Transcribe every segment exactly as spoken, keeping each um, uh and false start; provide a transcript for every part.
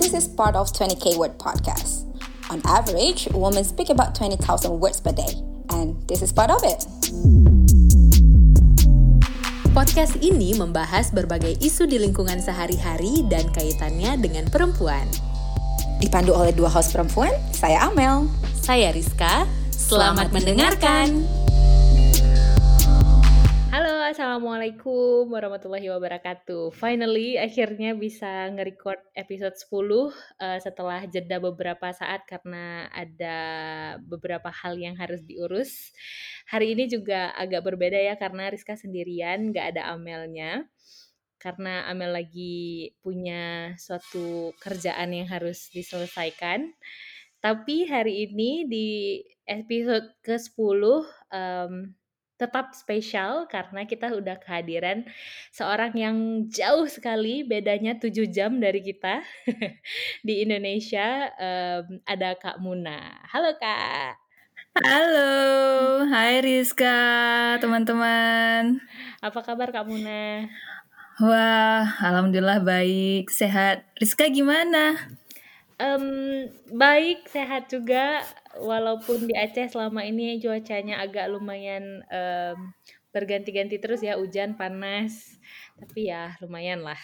this is part of twenty K Word Podcast. On average, women speak about twenty thousand words per day, and this is part of it. Podcast ini membahas berbagai isu di lingkungan sehari-hari dan kaitannya dengan perempuan. Dipandu oleh dua host perempuan, saya Amel. Saya Rizka. Selamat, Selamat mendengarkan. Halo, Assalamualaikum warahmatullahi wabarakatuh. Finally, akhirnya bisa nge-record episode sepuluh uh, setelah jeda beberapa saat karena ada beberapa hal yang harus diurus. Hari ini juga agak berbeda ya karena Rizka sendirian, gak ada Amelnya. Karena Amel lagi punya suatu kerjaan yang harus diselesaikan. Tapi hari ini di episode kesepuluh um, tetap spesial karena kita udah kehadiran seorang yang jauh sekali, bedanya tujuh jam dari kita. Di Indonesia um, ada Kak Muna. Halo Kak. Halo, hai Rizka, teman-teman. Apa kabar Kak Muna? Wah, alhamdulillah baik, sehat. Rizka gimana? Um, baik, sehat juga. Walaupun di Aceh selama ini cuacanya agak lumayan um, berganti-ganti terus ya, hujan, panas. Tapi ya lumayan lah.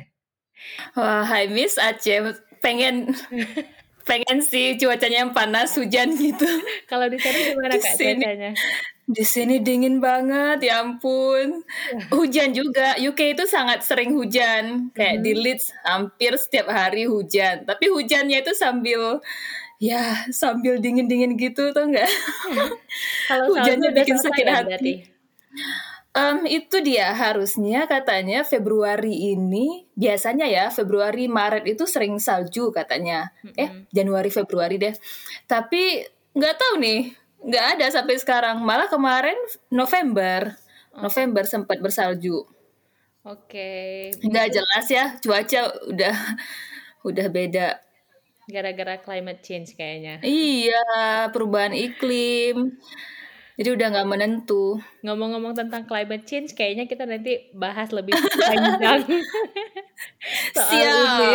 Wah, hai Miss Aceh, pengen pengen sih cuacanya yang panas, hujan gitu. Kalau di sana gimana Kak cuacanya? Di sini dingin banget, ya ampun. Hujan juga. U K itu sangat sering hujan. Kayak hmm. di Leeds hampir setiap hari hujan. Tapi hujannya itu sambil ya sambil dingin-dingin gitu, tau nggak? Kalau hujannya bikin sakit ya, hati. Um, itu dia harusnya katanya Februari ini biasanya ya Februari Maret itu sering salju katanya. Mm-hmm. Eh Januari Februari deh. Tapi nggak tahu nih. Nggak ada sampai sekarang. Malah kemarin November oh. November sempat bersalju. Oke. Okay. Nggak jelas ya, cuaca udah udah beda. Gara-gara climate change kayaknya. Iya, perubahan iklim. Jadi udah nggak menentu. Ngomong-ngomong tentang climate change, kayaknya kita nanti bahas lebih panjang. Soal ini.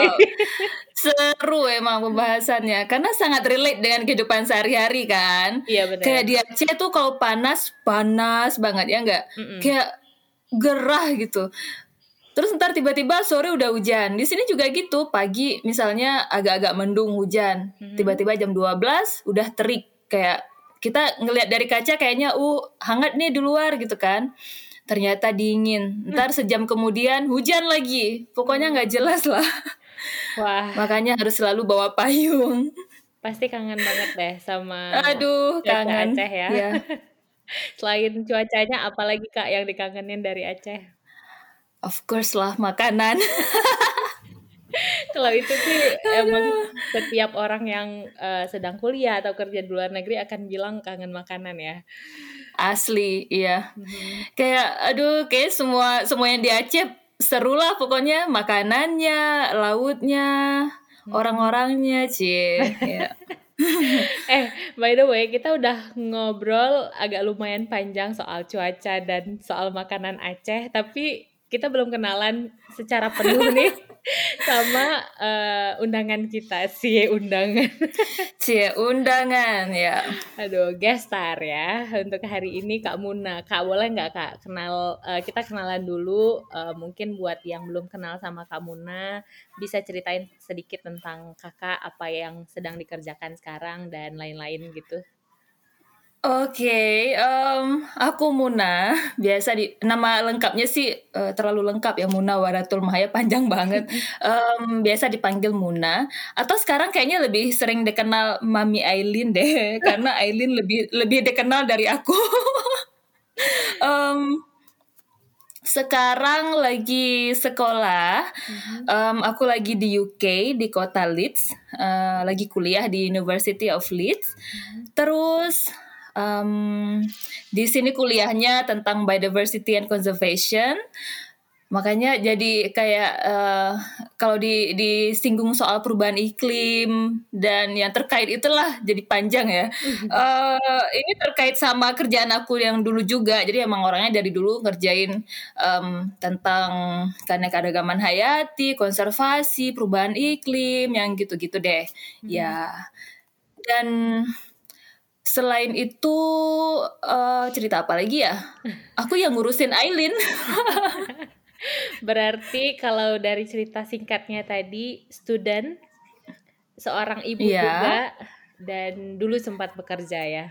Seru emang pembahasannya karena sangat relate dengan kehidupan sehari-hari kan. Iya benar. Kayak di Aceh tuh kalau panas panas banget ya nggak, kayak gerah gitu. Terus ntar tiba-tiba sore udah hujan. Di sini juga gitu, pagi misalnya agak-agak mendung hujan, mm-hmm. tiba-tiba jam dua belas udah terik. Kayak kita ngelihat dari kaca kayaknya uh hangat nih di luar gitu kan. Ternyata dingin. Ntar sejam kemudian hujan lagi. Pokoknya nggak jelas lah. Wah. Makanya harus selalu bawa payung. Pasti kangen banget deh sama Aduh, kangen Aceh ya. ya. Selain cuacanya, apalagi Kak yang dikangenin dari Aceh? Of course lah, makanan. Kalau itu sih emang setiap orang yang uh, sedang kuliah atau kerja di luar negeri akan bilang kangen makanan ya. Asli, iya. Mm-hmm. Kayak aduh, kayak semua semua yang di Aceh seru lah pokoknya, makanannya, lautnya, hmm. orang-orangnya, cie. Ya. eh, by the way, kita udah ngobrol agak lumayan panjang soal cuaca dan soal makanan Aceh, tapi kita belum kenalan secara penuh nih sama uh, undangan kita, cie undangan. Cie undangan ya. Aduh, guest star ya untuk hari ini Kak Muna. Kak boleh nggak Kak kenal uh, kita kenalan dulu, uh, mungkin buat yang belum kenal sama Kak Muna bisa ceritain sedikit tentang Kakak, apa yang sedang dikerjakan sekarang dan lain-lain gitu. Oke, okay, um, aku Muna. Biasa di nama lengkapnya sih uh, terlalu lengkap ya, Muna Waratul Mahaya, panjang banget. um, biasa dipanggil Muna. Atau sekarang kayaknya lebih sering dikenal Mami Aileen deh, karena Aileen lebih lebih dikenal dari aku. um, sekarang lagi sekolah. Um, aku lagi di U K di kota Leeds. Uh, lagi kuliah di University of Leeds. Terus Um, di sini kuliahnya tentang biodiversity and conservation. Makanya jadi kayak uh, kalau di disinggung soal perubahan iklim dan yang terkait itulah jadi panjang ya. uh, ini terkait sama kerjaan aku yang dulu juga. Jadi emang orangnya dari dulu ngerjain um, tentang keanekaragaman hayati, konservasi, perubahan iklim, yang gitu-gitu deh. Hmm. Ya. Dan selain itu uh, cerita apa lagi ya? Aku yang ngurusin Aileen. Berarti kalau dari cerita singkatnya tadi, student, seorang ibu yeah. juga, dan dulu sempat bekerja ya?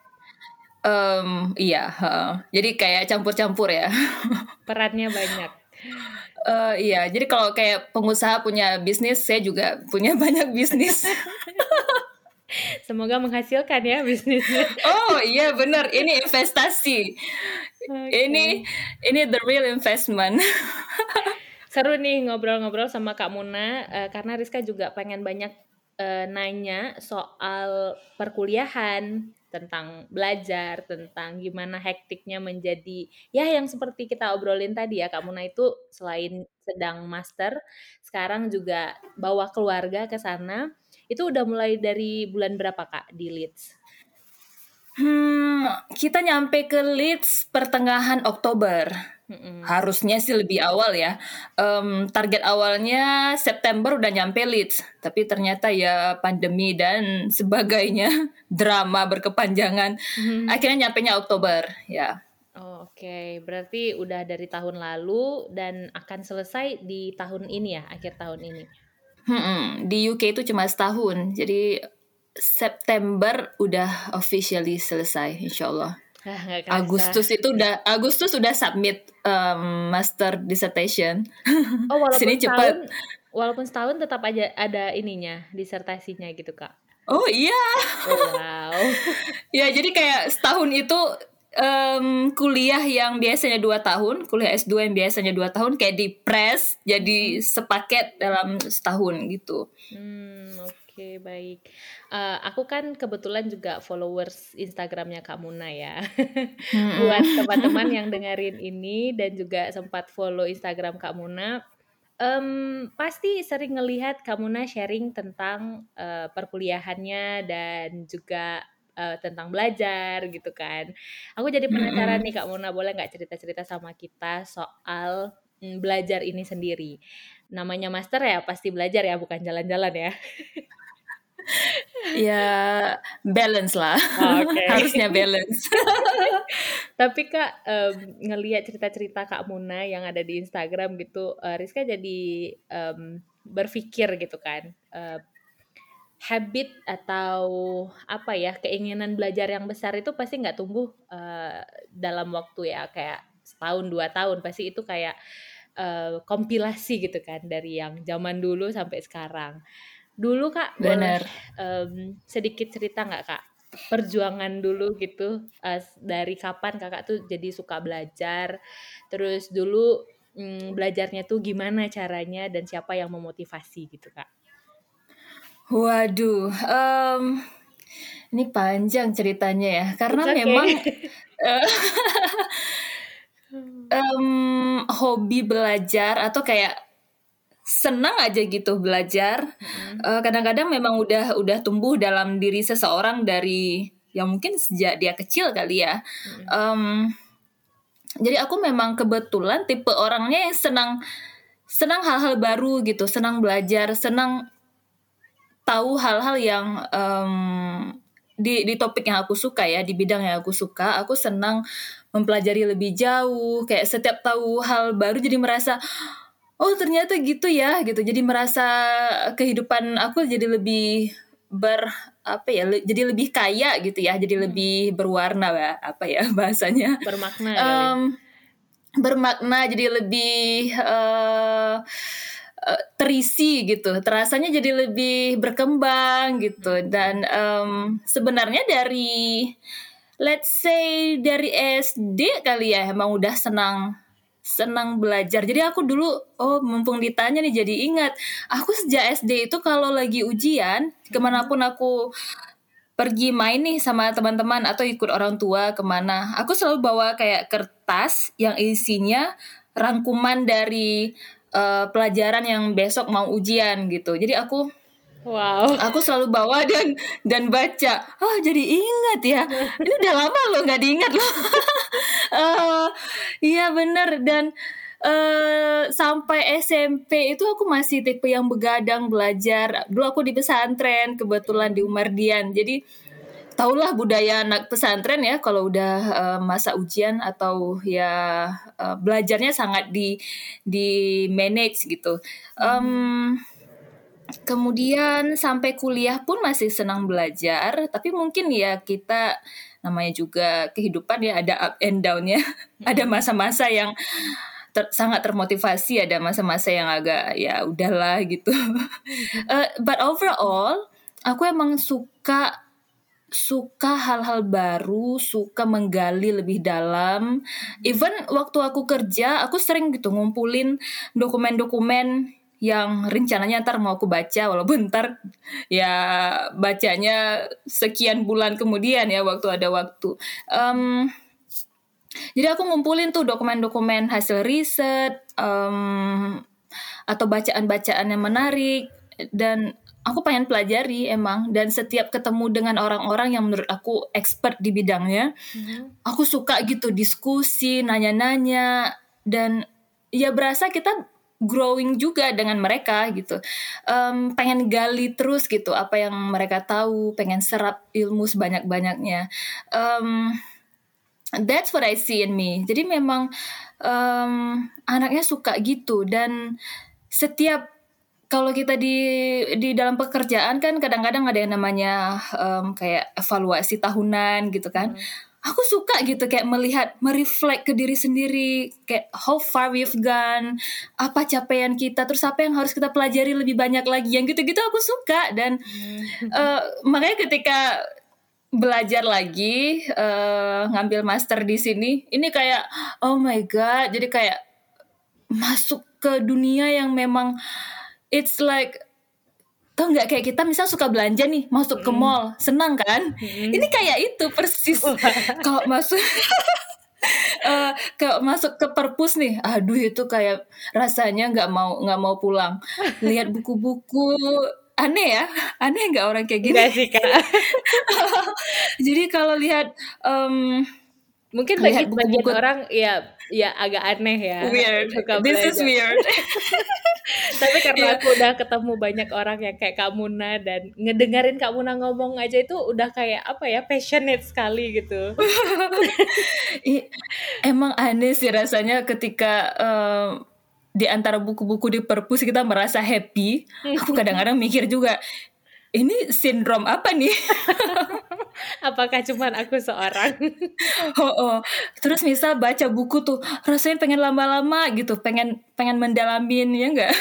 Um, iya, uh, jadi kayak campur-campur ya. Perannya banyak. Uh, iya, jadi kalau kayak pengusaha punya bisnis, saya juga punya banyak bisnis. Semoga menghasilkan ya bisnisnya. Oh iya benar, ini investasi. Okay. Ini ini the real investment. Seru nih ngobrol-ngobrol sama Kak Muna uh, karena Rizka juga pengen banyak uh, nanya soal perkuliahan, tentang belajar, tentang gimana hektiknya menjadi ya yang seperti kita obrolin tadi ya Kak Muna itu selain sedang master, sekarang juga bawa keluarga ke sana. Itu udah mulai dari bulan berapa Kak di Leeds? Hmm, kita nyampe ke Leeds pertengahan Oktober. Mm-mm. Harusnya sih lebih awal ya. Um, target awalnya September udah nyampe Leeds, tapi ternyata ya pandemi dan sebagainya, drama berkepanjangan. Mm-hmm. Akhirnya nyampenya Oktober, ya. Oh, Oke, okay. Berarti udah dari tahun lalu dan akan selesai di tahun ini ya, akhir tahun ini. Hmm, di U K itu cuma setahun, jadi September udah officially selesai, insyaallah. Ah, Agustus itu udah Agustus udah submit um, master dissertation. Oh walaupun Sini setahun, cepet. Walaupun setahun tetap aja ada ininya disertasinya gitu Kak. Oh iya. Oh, wow. Ya jadi kayak setahun itu um, kuliah yang biasanya dua tahun, kuliah S dua yang biasanya dua tahun kayak di press jadi sepaket dalam setahun gitu. Hmm, oke okay, baik. Uh, aku kan kebetulan juga followers Instagramnya Kak Muna ya. Hmm. Buat teman-teman yang dengerin ini dan juga sempat follow Instagram Kak Muna, um, pasti sering ngelihat Kak Muna sharing tentang uh, perkuliahannya dan juga uh, tentang belajar gitu kan. Aku jadi penasaran hmm. nih Kak Muna, boleh nggak cerita-cerita sama kita soal mm, belajar ini sendiri? Namanya master ya pasti belajar ya, bukan jalan-jalan ya. Ya balance lah. Oh, okay. Harusnya balance. Tapi Kak um, ngelihat cerita-cerita Kak Muna yang ada di Instagram gitu, uh, Rizka jadi um, berpikir gitu kan, uh, habit atau apa ya keinginan belajar yang besar itu pasti nggak tumbuh uh, dalam waktu ya kayak setahun dua tahun, pasti itu kayak uh, kompilasi gitu kan dari yang zaman dulu sampai sekarang. Dulu Kak, Bener. boleh um, sedikit cerita nggak Kak? Perjuangan dulu gitu, uh, dari kapan Kakak tuh jadi suka belajar, terus dulu um, belajarnya tuh gimana caranya dan siapa yang memotivasi gitu Kak? Waduh, um, ini panjang ceritanya ya, karena okay. memang um, hobi belajar atau kayak senang aja gitu belajar. Mm-hmm. Uh, kadang-kadang memang udah udah tumbuh dalam diri seseorang dari yang mungkin sejak dia kecil kali ya. Mm-hmm. Um, jadi aku memang kebetulan tipe orangnya yang senang senang hal-hal baru gitu, senang belajar, senang tahu hal-hal yang um, di di topik yang aku suka ya, di bidang yang aku suka. Aku senang mempelajari lebih jauh. Kayak setiap tahu hal baru jadi merasa oh ternyata gitu ya gitu, jadi merasa kehidupan aku jadi lebih ber apa ya le, jadi lebih kaya gitu ya, jadi hmm. lebih berwarna apa ya bahasanya, bermakna um, bermakna jadi lebih uh, uh, terisi gitu, terasanya jadi lebih berkembang gitu. Dan um, sebenarnya dari let's say dari S D kali ya emang udah senang senang belajar. Jadi aku dulu, oh mumpung ditanya nih jadi ingat. Aku sejak S D itu kalau lagi ujian, kemanapun aku pergi main nih sama teman-teman atau ikut orang tua kemana, aku selalu bawa kayak kertas yang isinya rangkuman dari uh, pelajaran yang besok mau ujian gitu. Jadi aku Wow. Aku selalu bawa dan dan baca. Oh, jadi ingat ya. Ini udah lama loh nggak diingat loh. uh, Iya bener. Dan uh, sampai S M P itu aku masih tipe yang begadang belajar. Dulu aku di pesantren, kebetulan di Umardian. Jadi taulah budaya anak pesantren ya, kalau udah uh, masa ujian atau ya uh, belajarnya sangat di di manage gitu. Um, Kemudian sampai kuliah pun masih senang belajar, tapi mungkin ya kita namanya juga kehidupan ya, ada up and down-nya. Ada masa-masa yang ter, sangat termotivasi, ada masa-masa yang agak ya udahlah gitu. uh, but overall, aku emang suka suka hal-hal baru, suka menggali lebih dalam. Even waktu aku kerja, aku sering gitu ngumpulin dokumen-dokumen yang rencananya ntar mau aku baca, walaupun ntar ya bacanya sekian bulan kemudian ya, waktu ada waktu. Um, jadi aku ngumpulin tuh dokumen-dokumen hasil riset, um, atau bacaan-bacaan yang menarik, dan aku pengen pelajari emang. Dan setiap ketemu dengan orang-orang yang menurut aku expert di bidangnya, mm-hmm. aku suka gitu diskusi, nanya-nanya, dan ya berasa kita growing juga dengan mereka gitu. Um, pengen gali terus gitu apa yang mereka tahu, pengen serap ilmu sebanyak-banyaknya. Um, that's what I see in me. Jadi memang um, anaknya suka gitu. Dan setiap kalau kita di di dalam pekerjaan kan kadang-kadang ada yang namanya um, kayak evaluasi tahunan gitu kan. Hmm. Aku suka gitu kayak melihat, mereflect ke diri sendiri, kayak how far we've gone, apa capaian kita, terus apa yang harus kita pelajari lebih banyak lagi, yang gitu-gitu aku suka. Dan hmm. uh, makanya ketika belajar lagi, uh, ngambil master di sini, ini kayak oh my god, jadi kayak masuk ke dunia yang memang it's like, tau nggak, kayak kita misal suka belanja nih, masuk ke mall, senang kan? Mm. Ini kayak itu persis. Kalau masuk, uh, kalau masuk ke perpus nih, aduh itu kayak rasanya nggak mau nggak mau pulang. Lihat buku-buku, aneh ya, aneh nggak orang kayak gini? Nggak sih Kak. Jadi kalau lihat, um, mungkin bagi bagian orang ya ya agak aneh ya. Weird. This is weird. Tapi karena yeah. aku udah ketemu banyak orang yang kayak Kak Muna, dan ngedengerin Kak Muna ngomong aja itu udah kayak apa ya, passionate sekali gitu. Emang aneh sih rasanya ketika um, di antara buku-buku di perpus kita merasa happy. Aku kadang-kadang mikir juga, ini sindrom apa nih? Apakah cuman aku seorang? oh, oh. Terus misal baca buku tuh rasanya pengen lama-lama gitu, pengen pengen mendalamin, ya enggak?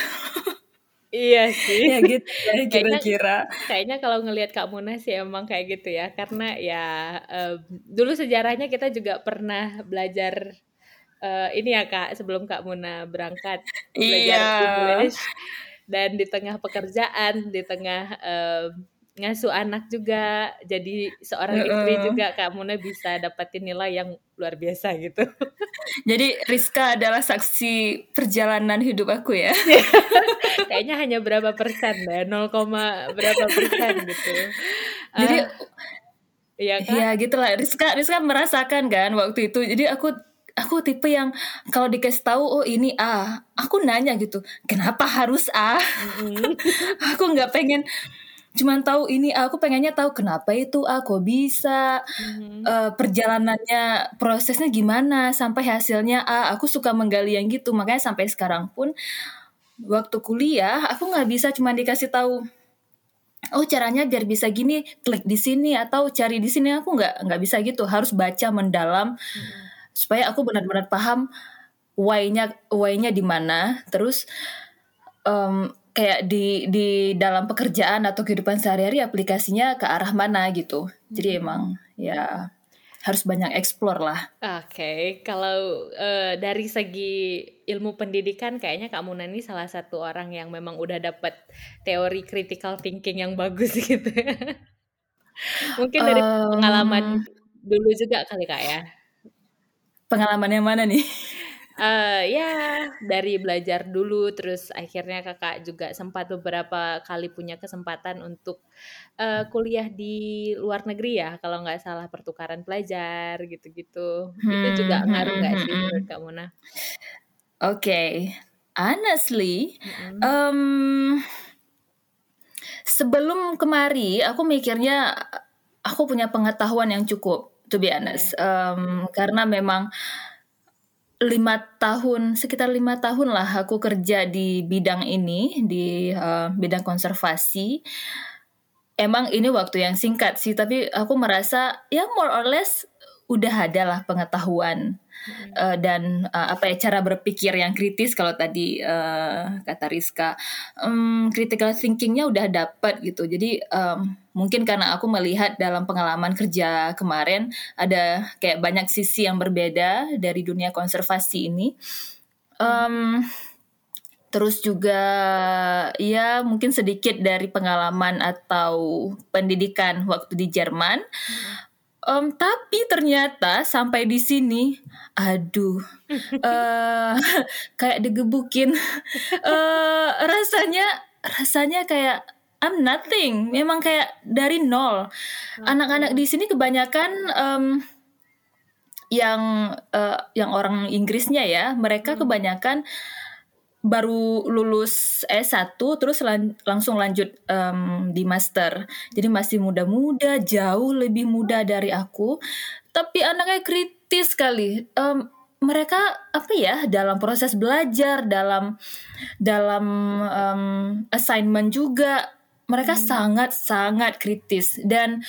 Iya sih. Ya gitu ya, kira-kira. Kayaknya, kayaknya kalau ngelihat Kak Muna sih emang kayak gitu ya. Karena ya um, dulu sejarahnya kita juga pernah belajar uh, ini ya Kak, sebelum Kak Muna berangkat belajar iya. English. Dan di tengah pekerjaan, di tengah um, ngasuh anak juga, jadi seorang istri uh-uh. juga, Kak Muna bisa dapetin nilai yang luar biasa gitu. Jadi Rizka adalah saksi perjalanan hidup aku ya. Kayaknya hanya berapa persen deh, nol, berapa persen gitu. Jadi uh, iya kan? Ya gitulah, Rizka Rizka merasakan kan waktu itu. Jadi aku aku tipe yang kalau dikasih tahu oh ini A, aku nanya gitu, kenapa harus A? Mm-hmm. Aku nggak pengen cuman tahu ini, aku pengennya tahu kenapa itu A, kok bisa, mm-hmm. uh, perjalanannya, prosesnya gimana sampai hasilnya A. Aku suka menggali yang gitu, makanya sampai sekarang pun waktu kuliah aku nggak bisa cuma dikasih tahu, oh caranya biar bisa gini, klik di sini atau cari di sini. Aku nggak nggak bisa gitu, harus baca mendalam mm-hmm. supaya aku benar-benar paham why-nya why-nya di mana, terus um, kayak di di dalam pekerjaan atau kehidupan sehari-hari aplikasinya ke arah mana gitu. Jadi hmm. emang ya harus banyak explore lah. Oke, okay. Kalau uh, dari segi ilmu pendidikan kayaknya Kak Muna ini salah satu orang yang memang udah dapat teori critical thinking yang bagus gitu. Mungkin dari um, pengalaman dulu juga kali Kak ya. Pengalaman yang mana nih? Uh, ya dari belajar dulu, terus akhirnya kakak juga sempat beberapa kali punya kesempatan untuk uh, kuliah di luar negeri ya, kalau nggak salah pertukaran pelajar gitu-gitu. Itu Hmm, juga hmm, ngaruh hmm, nggak hmm, sih hmm. menurut Kak Muna? Okay, honestly, Mm-mm. um, sebelum kemari aku mikirnya aku punya pengetahuan yang cukup, to be honest, Okay. um, karena memang lima tahun sekitar lima tahun lah aku kerja di bidang ini, di uh, bidang konservasi. Emang ini waktu yang singkat sih, tapi aku merasa ya more or less udah ada lah pengetahuan Mm-mm. uh, dan uh, apa ya cara berpikir yang kritis kalau tadi uh, kata Rizka, um, critical thinkingnya udah dapat gitu. Jadi um, mungkin karena aku melihat dalam pengalaman kerja kemarin ada kayak banyak sisi yang berbeda dari dunia konservasi ini. Um, Terus juga ya mungkin sedikit dari pengalaman atau pendidikan waktu di Jerman. Um, tapi ternyata sampai di sini, aduh, uh, kayak digebukin. uh, rasanya, rasanya kayak I'm nothing. Memang kayak dari nol. Anak-anak di sini kebanyakan um, yang uh, yang orang Inggrisnya ya, mereka Hmm. kebanyakan baru lulus S satu terus lan- langsung lanjut um, di master. Jadi masih muda-muda, jauh lebih muda dari aku. Tapi anaknya kritis sekali. Um, mereka apa ya dalam proses belajar, dalam dalam um, assignment juga mereka sangat-sangat kritis dan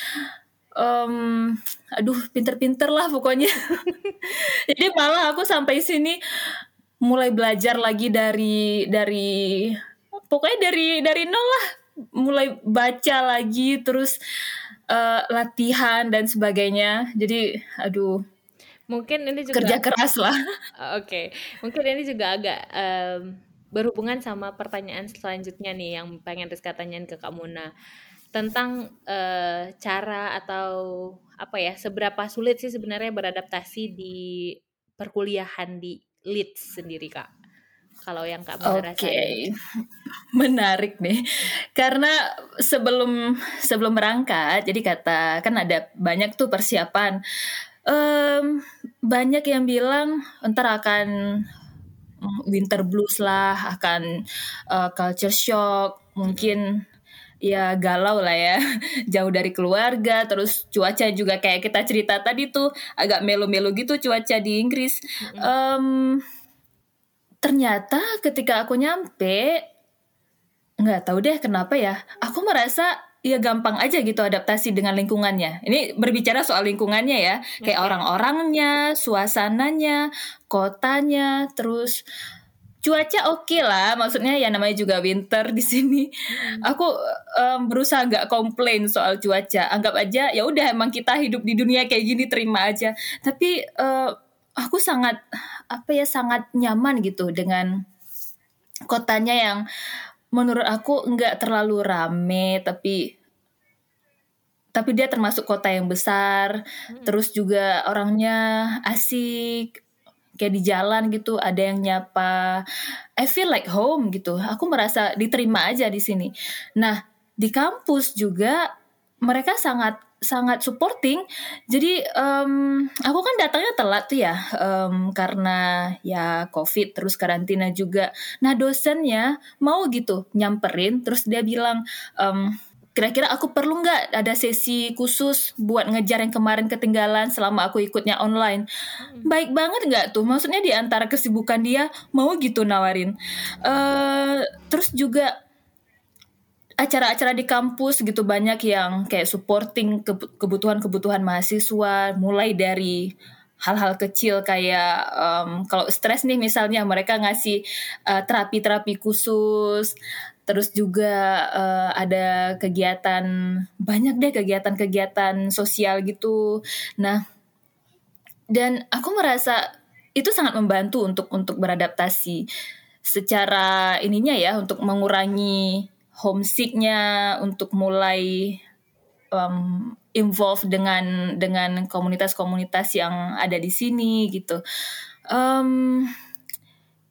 um, aduh pinter-pinter lah pokoknya. Jadi malah aku sampai sini mulai belajar lagi dari dari pokoknya dari dari nol lah, mulai baca lagi terus uh, latihan dan sebagainya. Jadi aduh Mungkin ini juga kerja keras lah. Oke, mungkin ini juga agak em, berhubungan sama pertanyaan selanjutnya nih yang pengen Rizka tanyain ke Kak Muna tentang eh, cara atau apa ya, seberapa sulit sih sebenarnya beradaptasi di perkuliahan di Leeds sendiri Kak? Kalau yang Kak Muna Oke, rasain. menarik nih. Karena sebelum sebelum berangkat, jadi kata kan ada banyak tuh persiapan. Um, banyak yang bilang ntar akan winter blues lah, akan uh, culture shock, mungkin ya galau lah ya, jauh dari keluarga, terus cuaca juga kayak kita cerita tadi tuh agak melo-melo gitu cuaca di Inggris. Um, ternyata ketika aku nyampe, nggak tahu deh kenapa ya, aku merasa ya gampang aja gitu adaptasi dengan lingkungannya. Ini berbicara soal lingkungannya ya, kayak Oke. orang-orangnya, suasananya, kotanya, terus cuaca oke lah, maksudnya ya namanya juga winter di sini. Aku um, berusaha nggak komplain soal cuaca, anggap aja ya udah emang kita hidup di dunia kayak gini, terima aja. Tapi uh, aku sangat apa ya sangat nyaman gitu dengan kotanya yang menurut aku nggak terlalu rame, tapi tapi dia termasuk kota yang besar. Terus juga orangnya asik, kayak di jalan gitu ada yang nyapa. I feel like home gitu. Aku merasa diterima aja di sini. Nah, di kampus juga mereka sangat sangat supporting. Jadi um, aku kan datangnya telat tuh ya, um, karena ya COVID terus karantina juga. Nah dosennya mau gitu nyamperin, terus dia bilang, um, kira-kira aku perlu nggak ada sesi khusus buat ngejar yang kemarin ketinggalan selama aku ikutnya online. Baik banget nggak tuh? Maksudnya di antara kesibukan dia mau gitu nawarin. Uh, terus juga acara-acara di kampus gitu banyak yang kayak supporting kebutuhan-kebutuhan mahasiswa, mulai dari hal-hal kecil kayak um, kalau stres nih misalnya mereka ngasih uh, terapi-terapi khusus. Terus juga uh, ada kegiatan, banyak deh kegiatan-kegiatan sosial gitu. Nah, dan aku merasa itu sangat membantu untuk untuk beradaptasi secara ininya ya, untuk mengurangi homesicknya, untuk mulai um, involve dengan dengan komunitas-komunitas yang ada di sini gitu. Um,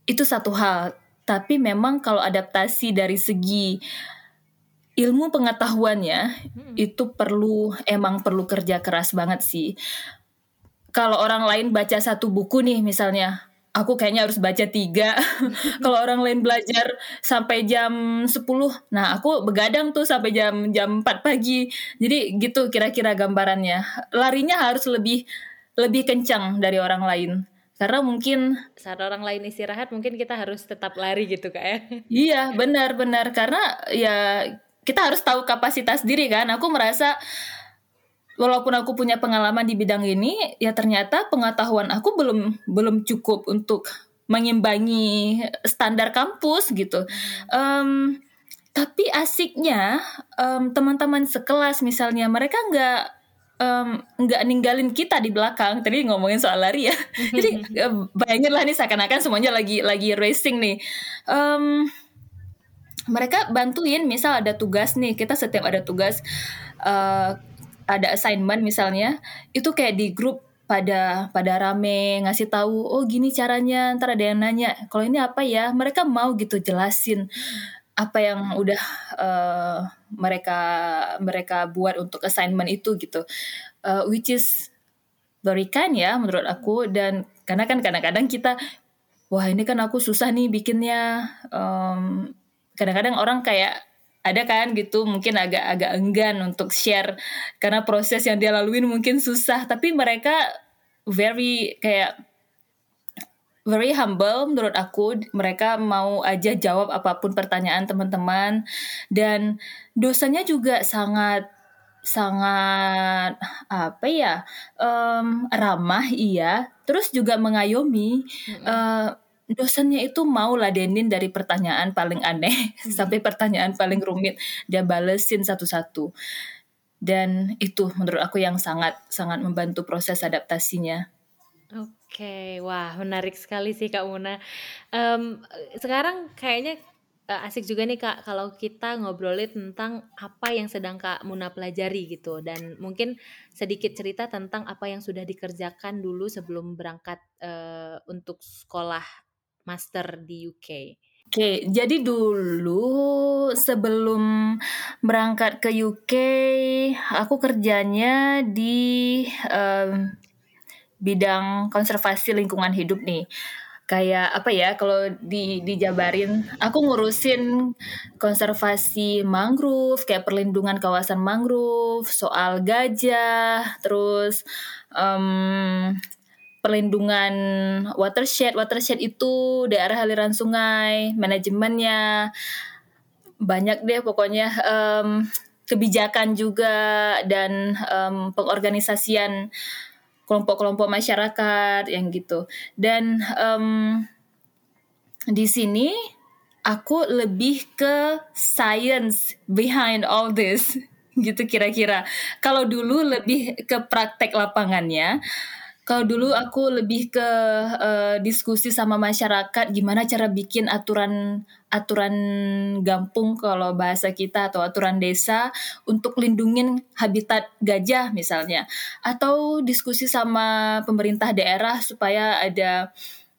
itu satu hal. Tapi memang kalau adaptasi dari segi ilmu pengetahuannya hmm. itu perlu emang perlu kerja keras banget sih. Kalau orang lain baca satu buku nih misalnya, aku kayaknya harus baca tiga. Kalau orang lain belajar sampai jam sepuluh, nah aku begadang tuh sampai jam jam empat pagi. Jadi gitu kira-kira gambarannya. Larinya harus lebih lebih kencang dari orang lain. Karena mungkin saat orang lain istirahat, mungkin kita harus tetap lari gitu Kak ya. Iya, benar-benar. Karena ya kita harus tahu kapasitas diri kan. Aku merasa walaupun aku punya pengalaman di bidang ini, ya ternyata pengetahuan aku belum belum cukup untuk mengimbangi standar kampus gitu. Um, tapi asiknya um, teman-teman sekelas misalnya mereka nggak um, nggak ninggalin kita di belakang. Tadi ngomongin soal lari ya. Jadi bayangin lah nih seakan-akan semuanya lagi lagi racing nih. Um, mereka bantuin, misal ada tugas nih, kita setiap ada tugas. Uh, ada assignment misalnya, itu kayak di grup pada pada rame ngasih tahu, oh gini caranya, ntar ada yang nanya, kalau ini apa ya, mereka mau gitu jelasin apa yang udah uh, mereka mereka buat untuk assignment itu gitu, uh, which is very kind ya menurut aku. Dan karena kan kadang-kadang kita, wah ini kan aku susah nih bikinnya, um, kadang-kadang orang kayak ada kan gitu mungkin agak-agak enggan untuk share karena proses yang dia laluin mungkin susah, tapi mereka very kayak very humble menurut aku. Mereka mau aja jawab apapun pertanyaan teman-teman, dan dosennya juga sangat sangat apa ya, um, ramah iya, terus juga mengayomi. Mm-hmm. uh, Dosennya itu mau ladenin dari pertanyaan paling aneh hmm. sampai pertanyaan paling rumit, dia balesin satu-satu. Dan itu menurut aku yang sangat sangat membantu proses adaptasinya. Oke, wah menarik sekali sih Kak Muna. Um, sekarang kayaknya uh, asik juga nih Kak kalau kita ngobrolin tentang apa yang sedang Kak Muna pelajari gitu, dan mungkin sedikit cerita tentang apa yang sudah dikerjakan dulu sebelum berangkat uh, untuk sekolah master di U K. Oke, jadi dulu sebelum berangkat ke U K, aku kerjanya di um, bidang konservasi lingkungan hidup nih. Kayak apa ya, kalau di dijabarin, aku ngurusin konservasi mangrove, kayak perlindungan kawasan mangrove, soal gajah, terus um, perlindungan watershed. Watershed itu daerah aliran sungai, manajemennya banyak deh pokoknya, um, kebijakan juga, dan um, pengorganisasian kelompok-kelompok masyarakat yang gitu. Dan um, di sini aku lebih ke science behind all this gitu kira-kira. Kalau dulu lebih ke praktek lapangannya. Kalau dulu aku lebih ke uh, diskusi sama masyarakat gimana cara bikin aturan aturan gampung kalau bahasa kita, atau aturan desa untuk lindungin habitat gajah misalnya, atau diskusi sama pemerintah daerah supaya ada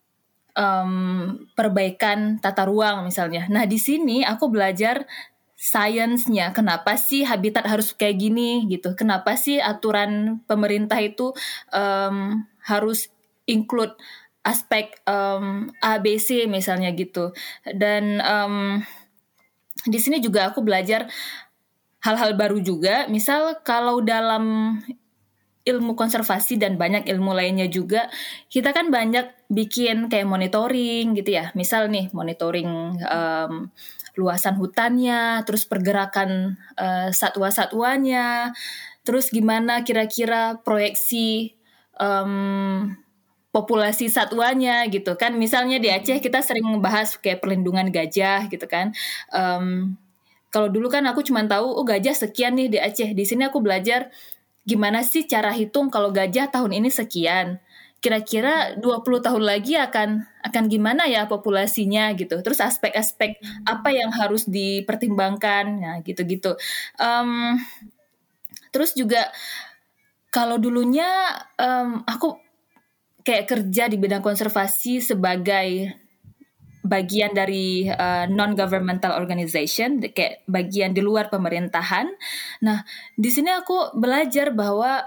um, perbaikan tata ruang misalnya. Nah di sini aku belajar sainsnya, kenapa sih habitat harus kayak gini gitu, kenapa sih aturan pemerintah itu um, harus include aspek um, A B C misalnya gitu. Dan um, di sini juga aku belajar hal-hal baru juga, misal kalau dalam ilmu konservasi dan banyak ilmu lainnya juga, kita kan banyak bikin kayak monitoring gitu ya, misal nih monitoring um, luasan hutannya, terus pergerakan uh, satwa-satwanya, terus gimana kira-kira proyeksi um, populasi satwanya gitu kan. Misalnya di Aceh kita sering membahas kayak perlindungan gajah gitu kan. Um, kalau dulu kan aku cuma tahu oh gajah sekian nih di Aceh. Di sini aku belajar gimana sih cara hitung kalau gajah tahun ini sekian. Kira-kira dua puluh tahun lagi akan akan gimana ya populasinya gitu. Terus aspek-aspek apa yang harus dipertimbangkan, nah gitu-gitu. Um, terus juga kalau dulunya um, aku kayak kerja di bidang konservasi sebagai bagian dari uh, non-governmental organization, kayak bagian di luar pemerintahan. Nah, di sini aku belajar bahwa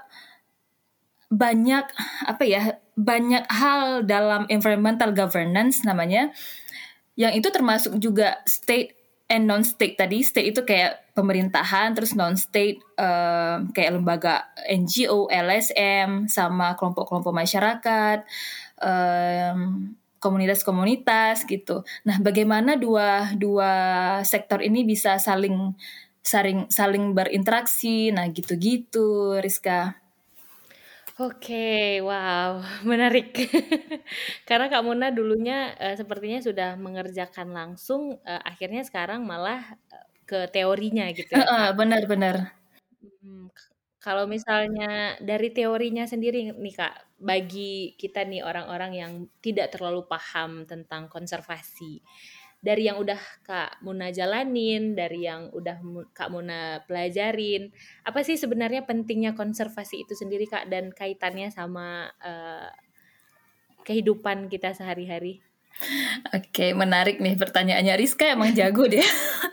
banyak apa ya, banyak hal dalam environmental governance namanya, yang itu termasuk juga state and non-state tadi. State itu kayak pemerintahan, terus non-state uh, kayak lembaga N G O, L S M, sama kelompok-kelompok masyarakat, um, komunitas-komunitas gitu. Nah, bagaimana dua dua sektor ini bisa saling saling saling berinteraksi? Nah, gitu-gitu, Rizka. Oke, wow, menarik. Karena Kak Muna dulunya uh, sepertinya sudah mengerjakan langsung, uh, akhirnya sekarang malah uh, ke teorinya gitu ya, Uh, uh, Kak. benar-benar. Hmm, kalau misalnya dari teorinya sendiri nih Kak, bagi kita nih orang-orang yang tidak terlalu paham tentang konservasi, dari yang udah Kak Muna jalanin, dari yang udah Kak Muna pelajarin, apa sih sebenarnya pentingnya konservasi itu sendiri Kak, dan kaitannya sama uh, kehidupan kita sehari-hari? Oke, menarik nih pertanyaannya. Rizka emang jago deh.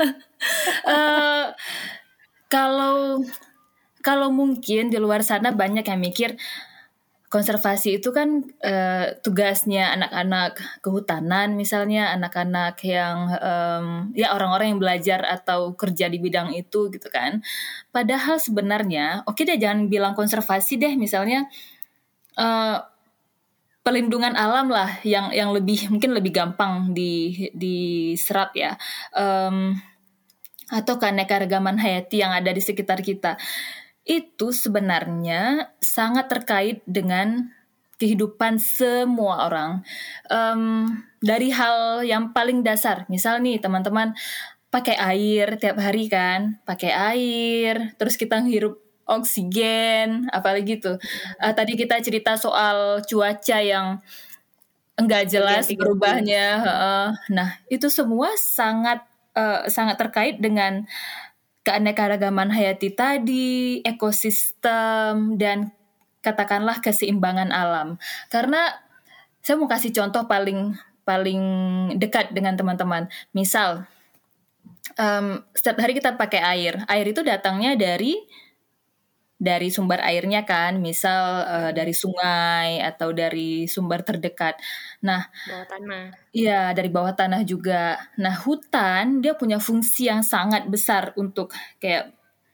uh, kalau kalau mungkin di luar sana banyak yang mikir konservasi itu kan uh, tugasnya anak-anak kehutanan, misalnya anak-anak yang um, ya orang-orang yang belajar atau kerja di bidang itu gitu kan. Padahal sebenarnya, oke deh jangan bilang konservasi deh, misalnya uh, pelindungan alam lah yang yang lebih mungkin lebih gampang di diserap ya, um, atau keanekaragaman hayati yang ada di sekitar kita. Itu sebenarnya sangat terkait dengan kehidupan semua orang. Um, dari hal yang paling dasar, misal nih teman-teman pakai air tiap hari kan, pakai air, terus kita ngehirup oksigen, apalagi tuh. Uh, tadi kita cerita soal cuaca yang enggak jelas Berganti-ganti. berubahnya. Uh, nah, itu semua sangat uh, sangat terkait dengan keanekaragaman hayati tadi, ekosistem, dan katakanlah keseimbangan alam. Karena saya mau kasih contoh paling paling dekat dengan teman-teman. Misal, um, setiap hari kita pakai air. Air itu datangnya dari dari sumber airnya kan, misal uh, dari sungai atau dari sumber terdekat. Nah, bawah tanah. Iya, dari bawah tanah juga. Nah, hutan dia punya fungsi yang sangat besar untuk kayak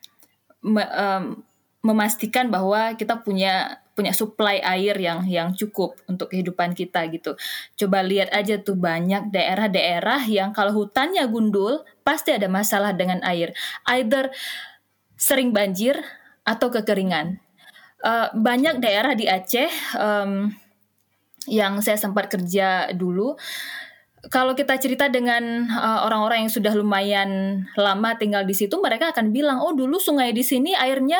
me, um, memastikan bahwa kita punya punya suplai air yang yang cukup untuk kehidupan kita gitu. Coba lihat aja tuh banyak daerah-daerah yang kalau hutannya gundul pasti ada masalah dengan air. Either sering banjir atau kekeringan. Uh, banyak daerah di Aceh um, yang saya sempat kerja dulu. Kalau kita cerita dengan uh, orang-orang yang sudah lumayan lama tinggal di situ, mereka akan bilang, oh dulu sungai di sini airnya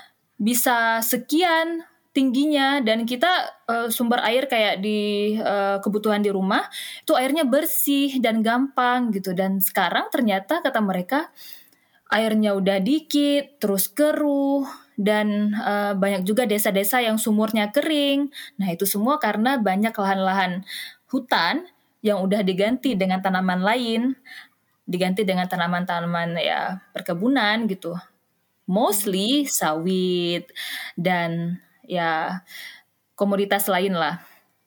bisa sekian tingginya, dan kita uh, sumber air kayak di uh, kebutuhan di rumah itu airnya bersih dan gampang gitu. Dan sekarang ternyata kata mereka airnya udah dikit, terus keruh, dan uh, banyak juga desa-desa yang sumurnya kering. Nah, itu semua karena banyak lahan-lahan hutan yang udah diganti dengan tanaman lain, diganti dengan tanaman-tanaman ya perkebunan gitu. Mostly sawit dan ya komoditas lain lah.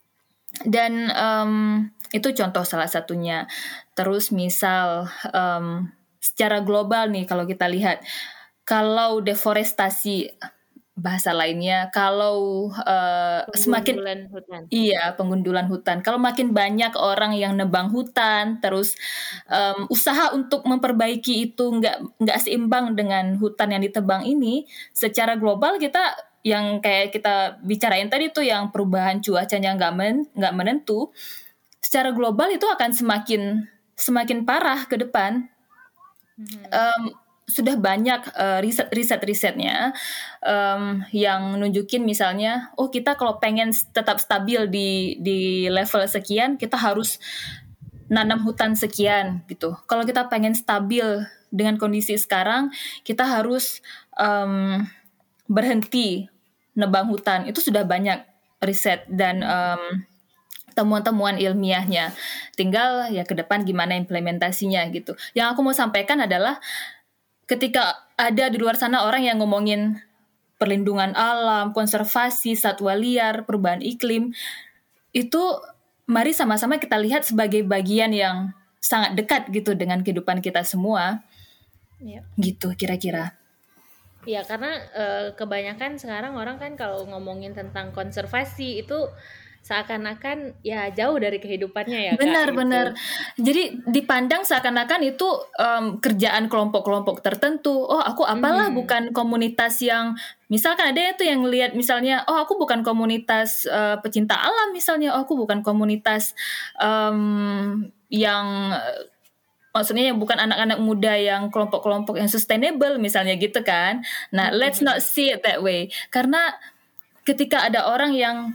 Dan um, itu contoh salah satunya. Terus misal um, secara global nih kalau kita lihat, kalau deforestasi bahasa lainnya, kalau uh, semakin hutan. Iya, penggundulan hutan. Kalau makin banyak orang yang nebang hutan, terus um, usaha untuk memperbaiki itu nggak nggak seimbang dengan hutan yang ditebang ini, secara global kita yang kayak kita bicarain tadi tuh yang perubahan cuacanya nggak men, nggak menentu, secara global itu akan semakin semakin parah ke depan. Hmm. Um, sudah banyak uh, riset-riset-risetnya um, yang nunjukin misalnya, oh kita kalau pengen tetap stabil di di level sekian, kita harus nanam hutan sekian gitu. Kalau kita pengen stabil dengan kondisi sekarang, kita harus um, berhenti nebang hutan. Itu sudah banyak riset dan um, temuan-temuan ilmiahnya. Tinggal ya ke depan gimana implementasinya gitu. Yang aku mau sampaikan adalah ketika ada di luar sana orang yang ngomongin perlindungan alam, konservasi, satwa liar, perubahan iklim, itu mari sama-sama kita lihat sebagai bagian yang sangat dekat gitu dengan kehidupan kita semua. Yep. Gitu kira-kira. Ya karena uh, kebanyakan sekarang orang kan kalau ngomongin tentang konservasi itu seakan-akan ya jauh dari kehidupannya ya Kak. Benar-benar. Gitu. Jadi dipandang seakan-akan itu um, kerjaan kelompok-kelompok tertentu. Oh aku apalah, mm-hmm. bukan komunitas yang, misalkan ada itu yang lihat misalnya, oh aku bukan komunitas uh, pecinta alam misalnya, oh aku bukan komunitas um, yang maksudnya yang bukan anak-anak muda yang kelompok-kelompok yang sustainable misalnya gitu kan. Nah, mm-hmm. let's not see it that way. Karena ketika ada orang yang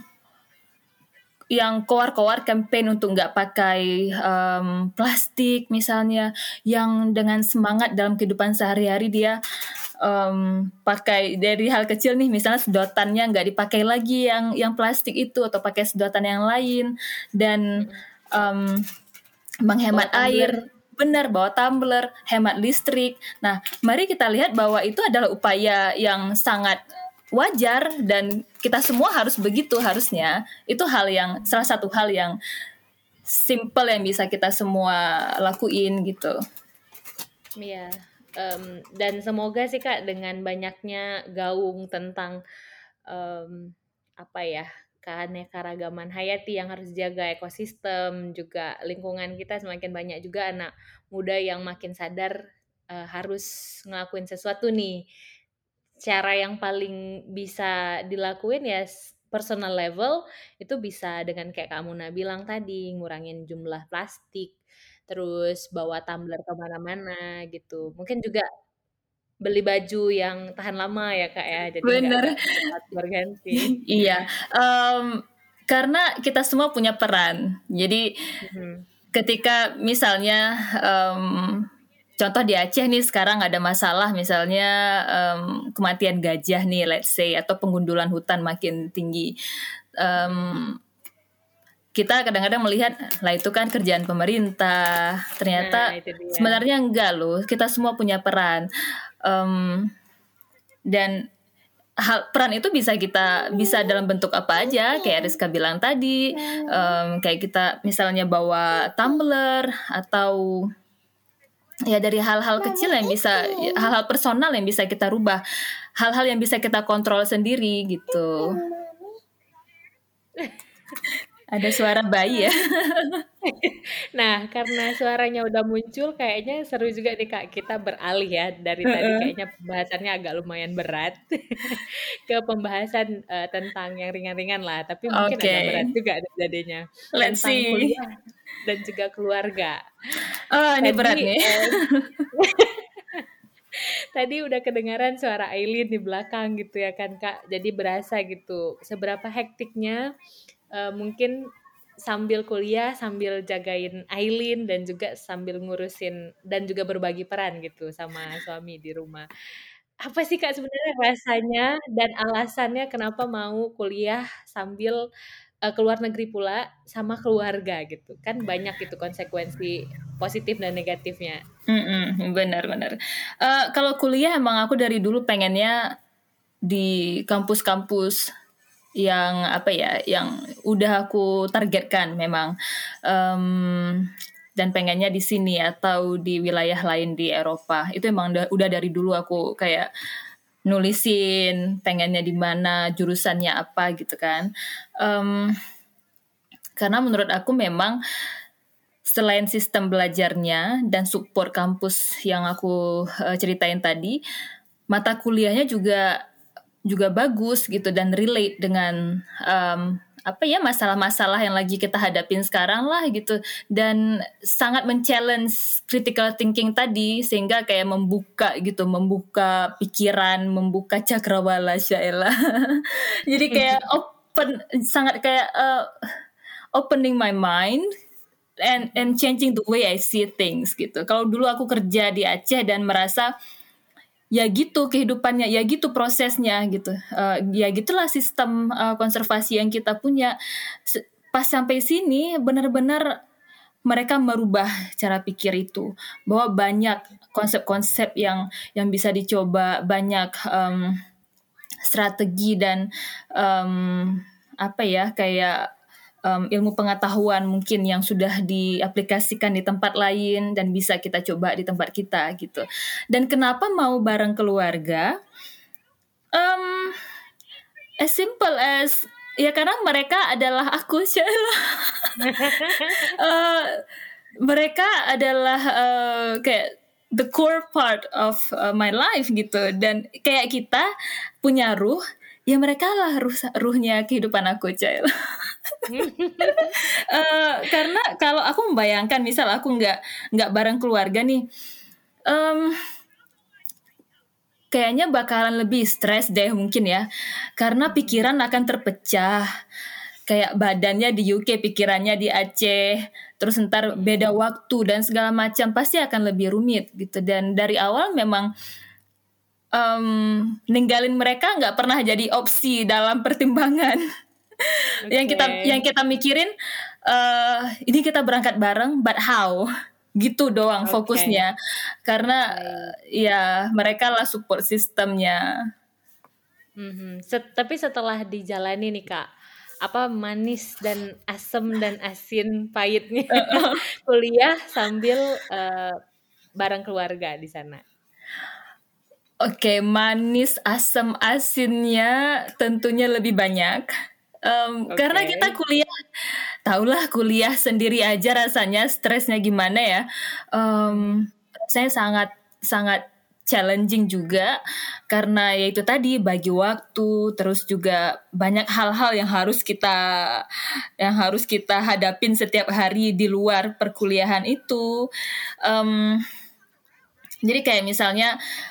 yang koar-koar campaign untuk nggak pakai um, plastik misalnya, yang dengan semangat dalam kehidupan sehari-hari dia um, pakai dari hal kecil nih, misalnya sedotannya nggak dipakai lagi yang yang plastik itu, atau pakai sedotan yang lain, dan um, menghemat air. Benar, bawa tumbler, hemat listrik. Nah, mari kita lihat bahwa itu adalah upaya yang sangat wajar dan kita semua harus begitu harusnya. Itu hal yang salah satu hal yang simple yang bisa kita semua lakuin gitu. Iya, um, dan semoga sih Kak dengan banyaknya gaung tentang um, apa ya, keanekaragaman hayati yang harus jaga ekosistem, juga lingkungan kita, semakin banyak juga anak muda yang makin sadar uh, harus ngelakuin sesuatu nih. Cara yang paling bisa dilakuin ya personal level itu bisa dengan kayak Kak Muna bilang tadi, ngurangin jumlah plastik, terus bawa tumbler kemana-mana gitu. Mungkin juga beli baju yang tahan lama ya Kak ya, jadi nggak cepat berganti. Iya, um, karena kita semua punya peran. Jadi mm-hmm. ketika misalnya um, contoh di Aceh nih sekarang ada masalah misalnya um, kematian gajah nih, let's say, atau pengundulan hutan makin tinggi. Um, kita kadang-kadang melihat, lah itu kan kerjaan pemerintah. Ternyata nah, sebenarnya enggak loh. Kita semua punya peran. Um, dan hal peran itu bisa kita bisa dalam bentuk apa aja, kayak Rizka bilang tadi, um, kayak kita misalnya bawa tumbler atau ya dari hal-hal kecil yang bisa, hal-hal personal yang bisa kita rubah, hal-hal yang bisa kita kontrol sendiri gitu. Ada suara bayi ya. Nah, karena suaranya udah muncul, kayaknya seru juga nih Kak, kita beralih ya dari uh-uh. tadi kayaknya pembahasannya agak lumayan berat ke pembahasan uh, tentang yang ringan-ringan lah, tapi mungkin okay. agak berat juga jadinya. Let's tentang see. Kuliah dan juga keluarga. Oh, ini tadi, berat nih. Eh, tadi udah kedengaran suara Aileen di belakang gitu ya kan Kak, jadi berasa gitu seberapa hektiknya uh, mungkin sambil kuliah, sambil jagain Aileen, dan juga sambil ngurusin dan juga berbagi peran gitu sama suami di rumah. Apa sih Kak sebenarnya rasanya dan alasannya kenapa mau kuliah sambil uh, keluar negeri pula sama keluarga gitu? Kan banyak gitu konsekuensi positif dan negatifnya. Benar-benar. Uh, kalau kuliah emang aku dari dulu pengennya di kampus-kampus yang apa ya, yang udah aku targetkan memang, um, dan pengennya di sini atau di wilayah lain di Eropa. Itu emang udah, udah dari dulu aku kayak nulisin pengennya di mana, jurusannya apa gitu kan. Um, karena menurut aku memang selain sistem belajarnya dan support kampus yang aku uh, ceritain tadi, mata kuliahnya juga juga bagus gitu dan relate dengan um, apa ya, masalah-masalah yang lagi kita hadapin sekarang lah gitu, dan sangat men-challenge critical thinking tadi, sehingga kayak membuka gitu, membuka pikiran, membuka cakrawala Syaela. Jadi kayak open, sangat kayak uh, opening my mind and and changing the way I see things gitu. Kalau dulu aku kerja di Aceh dan merasa ya gitu kehidupannya, ya gitu prosesnya gitu, uh, ya gitulah sistem uh, konservasi yang kita punya. pas sampai sini benar-benar mereka merubah cara pikir itu, bahwa banyak konsep-konsep yang yang bisa dicoba, banyak um, strategi dan um, apa ya kayak um, ilmu pengetahuan mungkin yang sudah diaplikasikan di tempat lain dan bisa kita coba di tempat kita gitu. Dan kenapa mau bareng keluarga? Um, as simple as ya karena mereka adalah aku, Sheila. uh, mereka adalah uh, kayak the core part of uh, my life gitu, dan kayak kita punya ruh, ya mereka lah ruh ruhnya kehidupan aku, Sheila. uh, karena kalau aku membayangkan misal aku nggak nggak bareng keluarga nih, um, kayaknya bakalan lebih stres deh mungkin ya, karena pikiran akan terpecah. Kayak badannya di U K, pikirannya di Aceh, terus ntar beda waktu dan segala macam, pasti akan lebih rumit gitu. Dan dari awal memang um, ninggalin mereka nggak pernah jadi opsi dalam pertimbangan. Okay. yang kita yang kita mikirin uh, ini kita berangkat bareng, but how? Gitu doang okay. fokusnya, karena okay. ya mereka lah support sistemnya. Mm-hmm. Set, tapi setelah dijalani nih Kak, apa manis dan asam dan asin pahitnya kuliah sambil uh, bareng keluarga di sana? Oke, okay, manis asam asinnya tentunya lebih banyak. Um, okay. Karena kita kuliah, tahulah kuliah sendiri aja rasanya stresnya gimana ya. Um, saya sangat sangat challenging juga, karena ya itu tadi bagi waktu, terus juga banyak hal-hal yang harus kita yang harus kita hadapin setiap hari di luar perkuliahan itu. Um, jadi kayak misalnya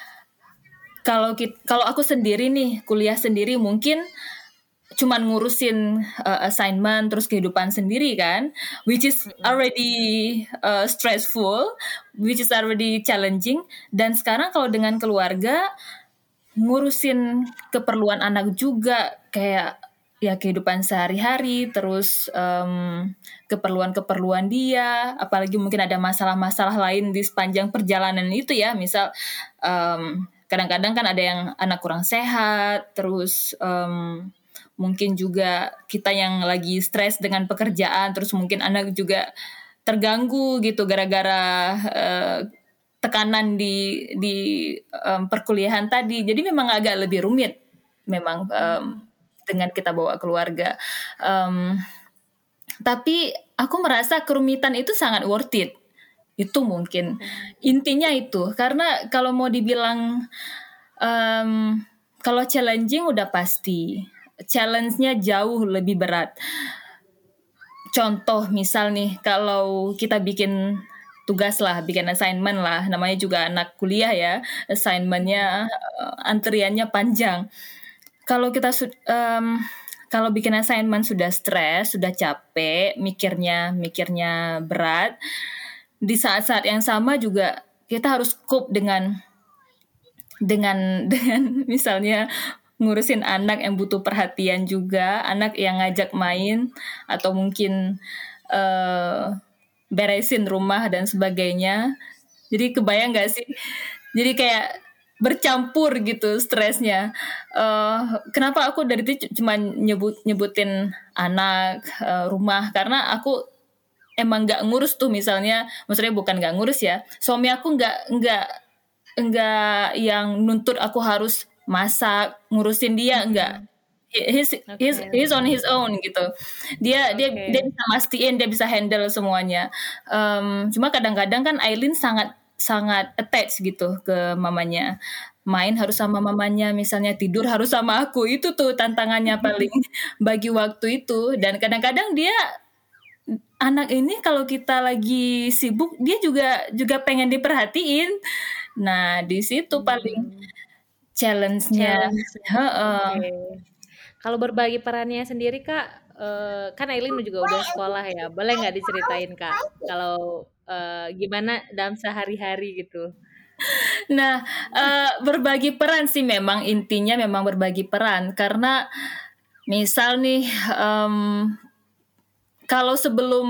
kalau kita, kalau aku sendiri nih kuliah sendiri mungkin cuman ngurusin uh, assignment terus kehidupan sendiri kan, which is already uh, stressful, which is already challenging. Dan sekarang kalau dengan keluarga ngurusin keperluan anak juga, kayak ya kehidupan sehari-hari, terus um, keperluan-keperluan dia, apalagi mungkin ada masalah-masalah lain di sepanjang perjalanan itu ya, misal um, kadang-kadang kan ada yang anak kurang sehat, terus um, mungkin juga kita yang lagi stres dengan pekerjaan, terus mungkin anak juga terganggu gitu gara-gara uh, tekanan di di um, perkuliahan tadi. Jadi memang agak lebih rumit memang um, dengan kita bawa keluarga. Um, tapi aku merasa kerumitan itu sangat worth it. Itu mungkin intinya itu, karena kalau mau dibilang um, kalau challenging udah pasti. Challenge-nya jauh lebih berat. Contoh misal nih, kalau kita bikin tugas lah, bikin assignment lah, namanya juga anak kuliah ya, assignment-nya uh, antriannya panjang. Kalau kita um, kalau bikin assignment sudah stres, sudah capek, mikirnya mikirnya berat, di saat-saat yang sama juga kita harus cope dengan dengan dengan misalnya ngurusin anak yang butuh perhatian juga, anak yang ngajak main, atau mungkin uh, beresin rumah dan sebagainya. Jadi kebayang gak sih? Jadi kayak bercampur gitu stresnya. Uh, kenapa aku dari itu cuma nyebut nyebutin anak, uh, rumah, karena aku emang nggak ngurus tuh misalnya, maksudnya bukan nggak ngurus ya. Suami aku nggak nggak nggak yang nuntut aku harus masak, ngurusin dia, enggak. He's, okay. he's, he's on his own gitu. Dia okay. dia dia bisa mastiin, dia bisa handle semuanya. Um, cuma kadang-kadang kan Aileen sangat sangat attach gitu ke mamanya. Main harus sama mamanya, misalnya tidur harus sama aku. Itu tuh tantangannya paling bagi waktu itu. Dan kadang-kadang dia anak ini kalau kita lagi sibuk, dia juga juga pengen diperhatiin. Nah, di situ paling challenge-nya. Challenge. Okay. Kalau berbagi perannya sendiri Kak, uh, kan Aileen juga udah sekolah ya, boleh nggak diceritain Kak kalau uh, gimana dalam sehari-hari gitu? Nah, uh, berbagi peran sih memang intinya memang berbagi peran, karena misal nih um, kalau sebelum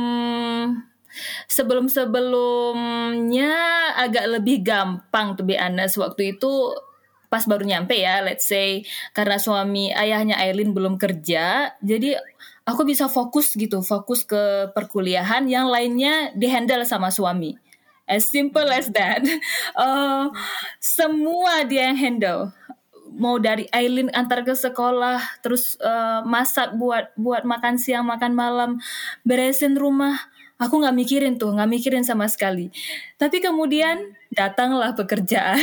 sebelum sebelumnya agak lebih gampang to be honest. Waktu itu pas baru nyampe ya, let's say karena suami ayahnya Aileen belum kerja, jadi aku bisa fokus gitu, fokus ke perkuliahan, yang lainnya dihandle sama suami. As simple as that. Uh, semua dia yang handle. Mau dari Aileen antar ke sekolah, terus uh, masak buat buat makan siang, makan malam, beresin rumah. Aku nggak mikirin tuh, nggak mikirin sama sekali. Tapi kemudian datanglah pekerjaan,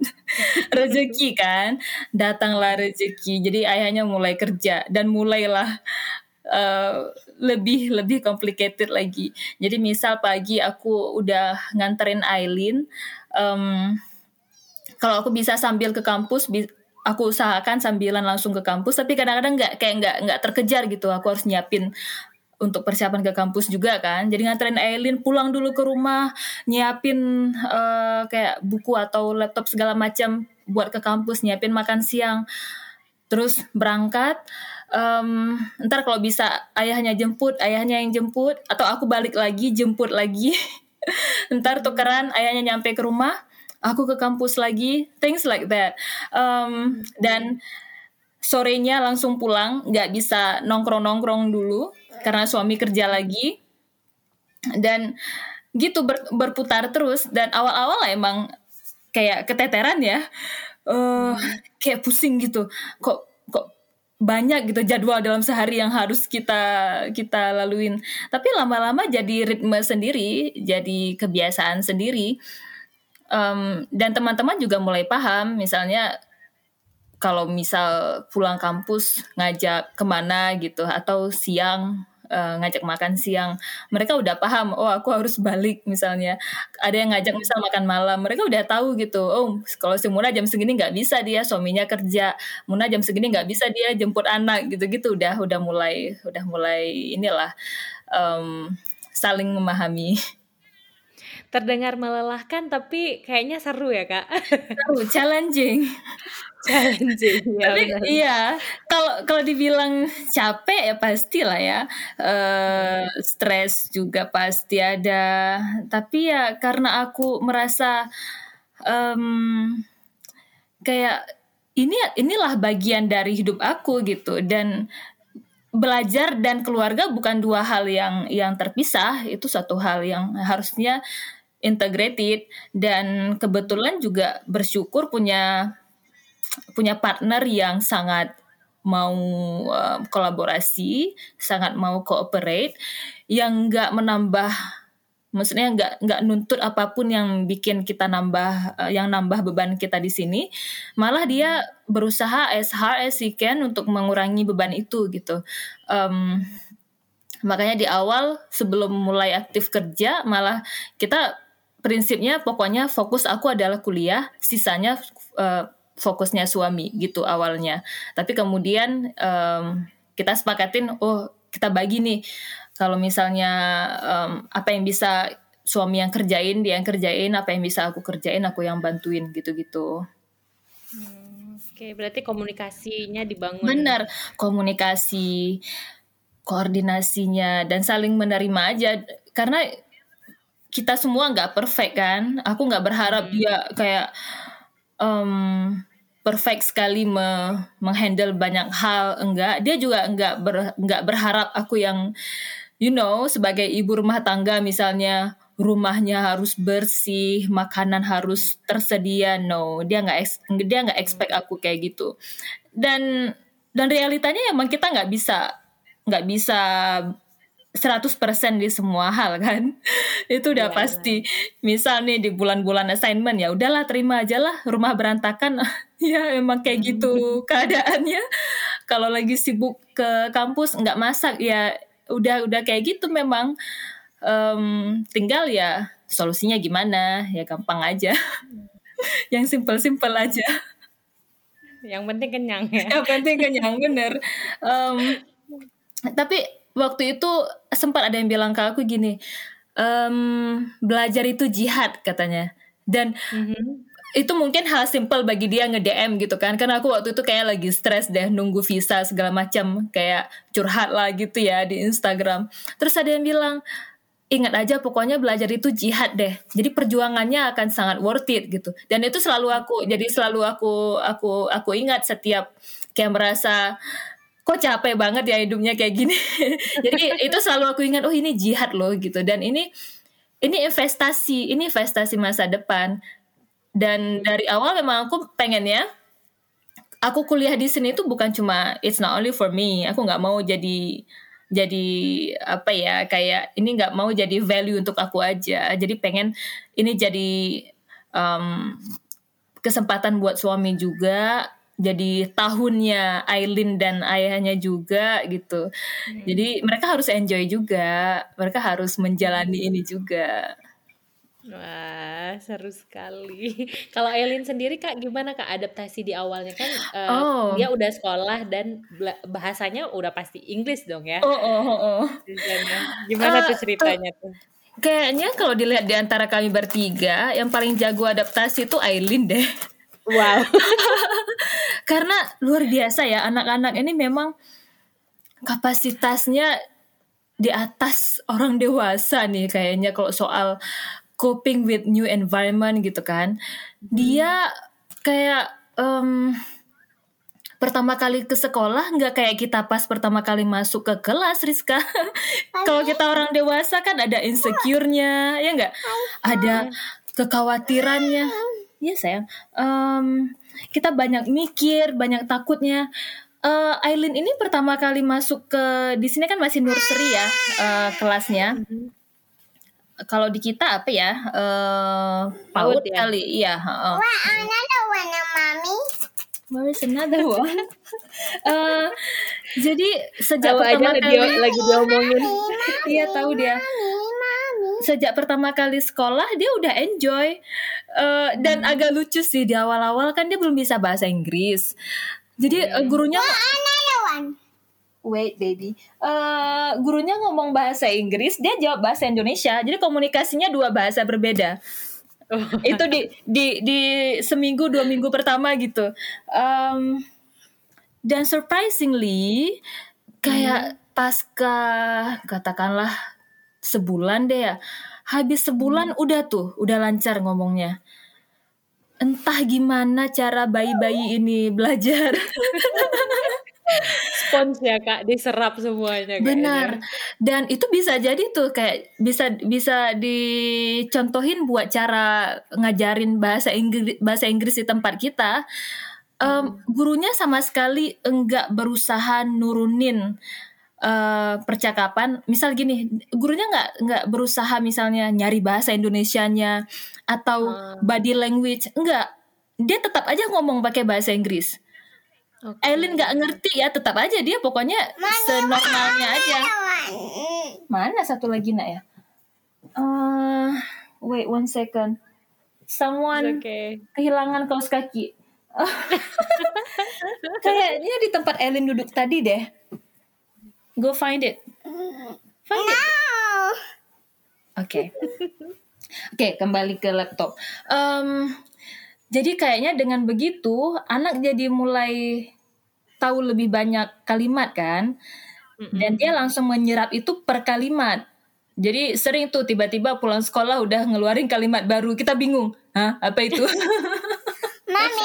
rezeki kan, datanglah rezeki. Jadi ayahnya mulai kerja dan mulailah uh, lebih lebih complicated lagi. Jadi misal pagi aku udah nganterin Aileen, um, kalau aku bisa sambil ke kampus, aku usahakan sambilan langsung ke kampus, tapi kadang-kadang nggak kayak nggak nggak terkejar gitu. Aku harus nyiapin untuk persiapan ke kampus juga kan. Jadi nganterin Aileen pulang dulu ke rumah, nyiapin uh, kayak buku atau laptop segala macam buat ke kampus, nyiapin makan siang, terus berangkat. Um, ntar kalau bisa ayahnya jemput, ayahnya yang jemput, atau aku balik lagi jemput lagi. Ntar tukeran, ayahnya nyampe ke rumah, aku ke kampus lagi, things like that. Um, dan sorenya langsung pulang, nggak bisa nongkrong-nongkrong dulu karena suami kerja lagi. Dan gitu ber, berputar terus. Dan awal-awal emang kayak keteteran ya, uh, kayak pusing gitu. Kok kok banyak gitu jadwal dalam sehari yang harus kita kita laluin. Tapi lama-lama jadi ritme sendiri, jadi kebiasaan sendiri. Um, dan teman-teman juga mulai paham, misalnya kalau misal pulang kampus ngajak kemana gitu, atau siang uh, ngajak makan siang, mereka udah paham, oh aku harus balik misalnya. Ada yang ngajak misal makan malam, mereka udah tahu gitu, oh kalau si Muna jam segini nggak bisa dia, suaminya kerja, Muna jam segini nggak bisa dia jemput anak gitu-gitu, udah udah mulai udah mulai inilah um, saling memahami. Terdengar melelahkan tapi kayaknya seru ya Kak. Seru, challenging. Challenging ya. Tapi benar. Iya, kalau kalau dibilang capek ya pastilah ya, uh, stres juga pasti ada. Tapi ya karena aku merasa um, kayak ini inilah bagian dari hidup aku gitu, dan belajar dan keluarga bukan dua hal yang yang terpisah, itu satu hal yang harusnya integrated. Dan kebetulan juga bersyukur punya punya partner yang sangat mau uh, kolaborasi, sangat mau cooperate, yang nggak menambah, maksudnya nggak nggak nuntut apapun yang bikin kita nambah, uh, yang nambah beban kita di sini. Malah dia berusaha as hard as he can untuk mengurangi beban itu gitu. Um, makanya di awal sebelum mulai aktif kerja, malah kita prinsipnya pokoknya fokus aku adalah kuliah, sisanya uh, fokusnya suami gitu awalnya. Tapi kemudian um, kita sepakatin, oh kita bagi nih, kalau misalnya um, apa yang bisa suami yang kerjain, dia yang kerjain, apa yang bisa aku kerjain, aku yang bantuin gitu-gitu. Hmm, Oke, okay. Berarti komunikasinya dibangun. Benar, komunikasi, koordinasinya, dan saling menerima aja. Karena kita semua nggak perfect kan. Aku nggak berharap hmm. dia kayak um, perfect sekali me- menghandle banyak hal. Enggak, dia juga nggak ber- nggak berharap aku yang, you know, sebagai ibu rumah tangga misalnya rumahnya harus bersih, makanan harus tersedia. No, dia nggak ex- dia nggak expect aku kayak gitu. Dan dan realitanya emang kita nggak bisa nggak bisa seratus persen di semua hal kan. Itu udah ya, pasti. Benar. Misal nih di bulan-bulan assignment, ya udahlah terima aja lah, rumah berantakan. Ya emang kayak gitu keadaannya. Kalau lagi sibuk ke kampus nggak masak, ya udah udah kayak gitu memang. Um, tinggal ya solusinya gimana, ya gampang aja. Yang simpel-simpel aja. Yang penting kenyang ya. Yang penting kenyang, bener. Um, tapi waktu itu sempat ada yang bilang ke aku gini, ehm, belajar itu jihad katanya. Dan mm-hmm. itu mungkin hal simple bagi dia nge-D M gitu kan. Karena aku waktu itu kayak lagi stres deh nunggu visa segala macam, kayak curhat lah gitu ya di Instagram. Terus ada yang bilang, ingat aja pokoknya belajar itu jihad deh. Jadi perjuangannya akan sangat worth it gitu. Dan itu selalu aku, jadi selalu aku aku aku ingat setiap kayak merasa kok capek banget ya hidupnya kayak gini. Jadi itu selalu aku ingat, oh ini jihad loh gitu. Dan ini ini investasi, ini investasi masa depan. Dan dari awal memang aku pengennya aku kuliah di sini itu bukan cuma it's not only for me. Aku nggak mau jadi jadi apa ya, kayak ini nggak mau jadi value untuk aku aja. Jadi pengen ini jadi um, kesempatan buat suami juga. Jadi tahunnya Aileen dan ayahnya juga gitu. Hmm. Jadi mereka harus enjoy juga. Mereka harus menjalani ini juga. Wah, seru sekali. Kalau Aileen sendiri Kak, gimana Kak adaptasi di awalnya? Kan uh, oh. dia udah sekolah dan bahasanya udah pasti Inggris dong ya. Oh, oh, oh, oh. Gimana uh, tuh ceritanya tuh? Kayaknya kalau dilihat di antara kami bertiga, yang paling jago adaptasi itu Aileen deh. Wow. Karena luar biasa ya, anak-anak ini memang kapasitasnya di atas orang dewasa nih kayaknya kalau soal coping with new environment gitu kan. Dia kayak um, pertama kali ke sekolah nggak kayak kita pas pertama kali masuk ke kelas, Rizka. Kalau kita orang dewasa kan ada insecure-nya, ya nggak? Ada kekhawatirannya. Iya sayang, um, kita banyak mikir, banyak takutnya. Uh, Aileen ini pertama kali masuk ke di sini kan masih nursery ya uh, kelasnya. Mm-hmm. Kalau di kita apa ya? Uh, PAUD ya? Kali, iya. Uh. Wah, another one, mommy. Where is another one? uh, jadi sejak tahu pertama aja kali dia, lagi diomongin. Iya tahu dia. Sejak pertama kali sekolah dia udah enjoy uh, dan hmm. agak lucu sih di awal-awal kan dia belum bisa bahasa Inggris. Jadi hmm. uh, gurunya Wah, another one. Wait baby, uh, gurunya ngomong bahasa Inggris, dia jawab bahasa Indonesia. Jadi komunikasinya dua bahasa berbeda. Oh. Itu di di di seminggu dua minggu pertama gitu. Um, dan surprisingly kayak hmm. pasca katakanlah sebulan deh ya. Habis sebulan hmm. udah tuh, udah lancar ngomongnya. Entah gimana cara bayi-bayi ini belajar. Spons ya Kak, diserap semuanya. Benar. Kayaknya. Dan itu bisa jadi tuh kayak bisa bisa dicontohin buat cara ngajarin bahasa Inggris bahasa Inggris di tempat kita. Um, gurunya sama sekali enggak berusaha nurunin Uh, percakapan. Misal gini, gurunya nggak nggak berusaha misalnya nyari bahasa Indonesianya atau hmm. body language, enggak. Dia tetap aja ngomong pakai bahasa Inggris. Okay. Aileen nggak ngerti ya, tetap aja dia pokoknya senormalnya aja. Mana satu lagi nak ya? Uh, wait one second. Someone okay. kehilangan kaos kaki. Kayaknya di tempat Aileen duduk tadi deh. Go find it. Find no. it. Oke. Okay. Oke, okay, kembali ke laptop. Um, jadi kayaknya dengan begitu anak jadi mulai tahu lebih banyak kalimat kan, mm-hmm. dan dia langsung menyerap itu per kalimat. Jadi sering tuh tiba-tiba pulang sekolah udah ngeluarin kalimat baru, kita bingung, hah apa itu? Mami,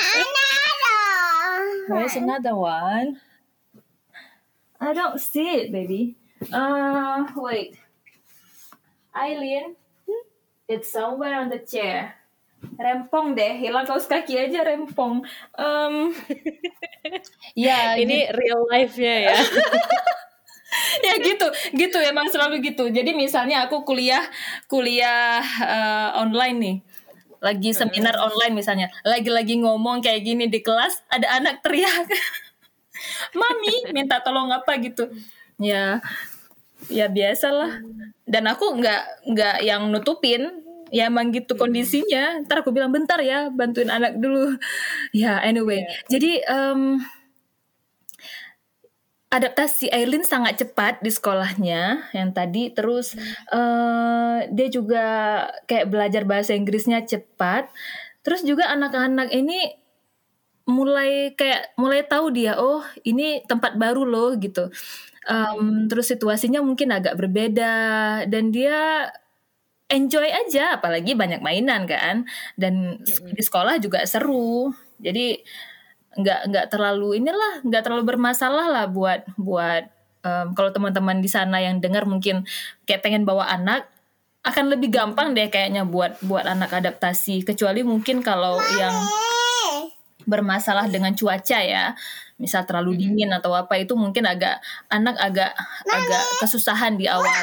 Where's another one? I don't see it, baby. Uh, wait. Aileen, it's somewhere on the chair. Rempong deh, hilang kaos kaki aja rempong. Um, ya, ini gitu. Real life-nya ya. Ya gitu, gitu emang selalu gitu. Jadi misalnya aku kuliah, kuliah uh, online nih. Lagi seminar online misalnya, lagi-lagi ngomong kayak gini di kelas, ada anak teriak. Mami minta tolong apa gitu, ya ya biasalah. Dan aku nggak nggak yang nutupin, ya emang gitu kondisinya. Ntar aku bilang bentar ya bantuin anak dulu. Ya anyway, yeah. Jadi um, adaptasi Aileen sangat cepat di sekolahnya yang tadi. Terus uh, dia juga kayak belajar bahasa Inggrisnya cepat. Terus juga anak-anak ini mulai kayak mulai tahu dia, oh ini tempat baru loh gitu. Um, terus situasinya mungkin agak berbeda dan dia enjoy aja, apalagi banyak mainan kan. Dan di sekolah juga seru. Jadi nggak nggak terlalu inilah nggak terlalu bermasalah lah buat buat um, kalau teman-teman di sana yang dengar mungkin kayak pengen bawa anak, akan lebih gampang deh kayaknya buat buat anak adaptasi, kecuali mungkin kalau yang bermasalah dengan cuaca ya, misal terlalu dingin atau apa, itu mungkin agak anak agak agak kesusahan di awal.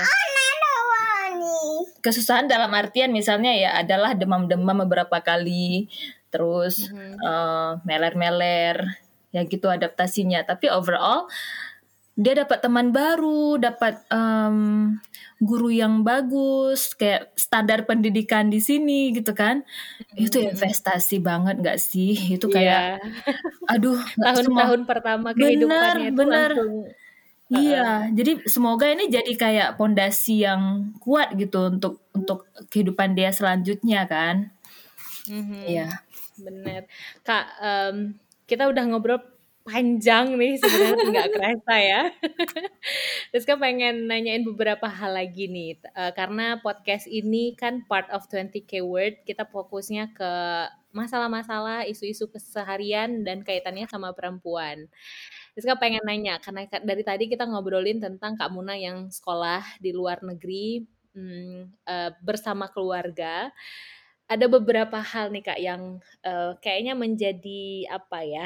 Kesusahan dalam artian misalnya ya adalah demam-demam beberapa kali. Terus mm-hmm. uh, meler-meler, ya gitu adaptasinya. Tapi overall dia dapat teman baru, dapat um, guru yang bagus, kayak standar pendidikan di sini gitu kan. Mm-hmm. Itu investasi banget nggak sih? Itu kayak, yeah. aduh, tahun-tahun pertama kehidupannya bener, itu langsung. Iya, uh-uh. jadi semoga ini jadi kayak pondasi yang kuat gitu untuk untuk kehidupan dia selanjutnya kan. Mm-hmm. Iya. Bener, Kak, um, kita udah ngobrol panjang nih sebenarnya, nggak kerasa ya. Terus Kak pengen nanyain beberapa hal lagi nih, uh, karena podcast ini kan part of twenty K Word, kita fokusnya ke masalah-masalah, isu-isu keseharian dan kaitannya sama perempuan. Terus Kak pengen nanya, karena dari tadi kita ngobrolin tentang Kak Muna yang sekolah di luar negeri hmm, uh, bersama keluarga. Ada beberapa hal nih Kak yang uh, kayaknya menjadi apa ya,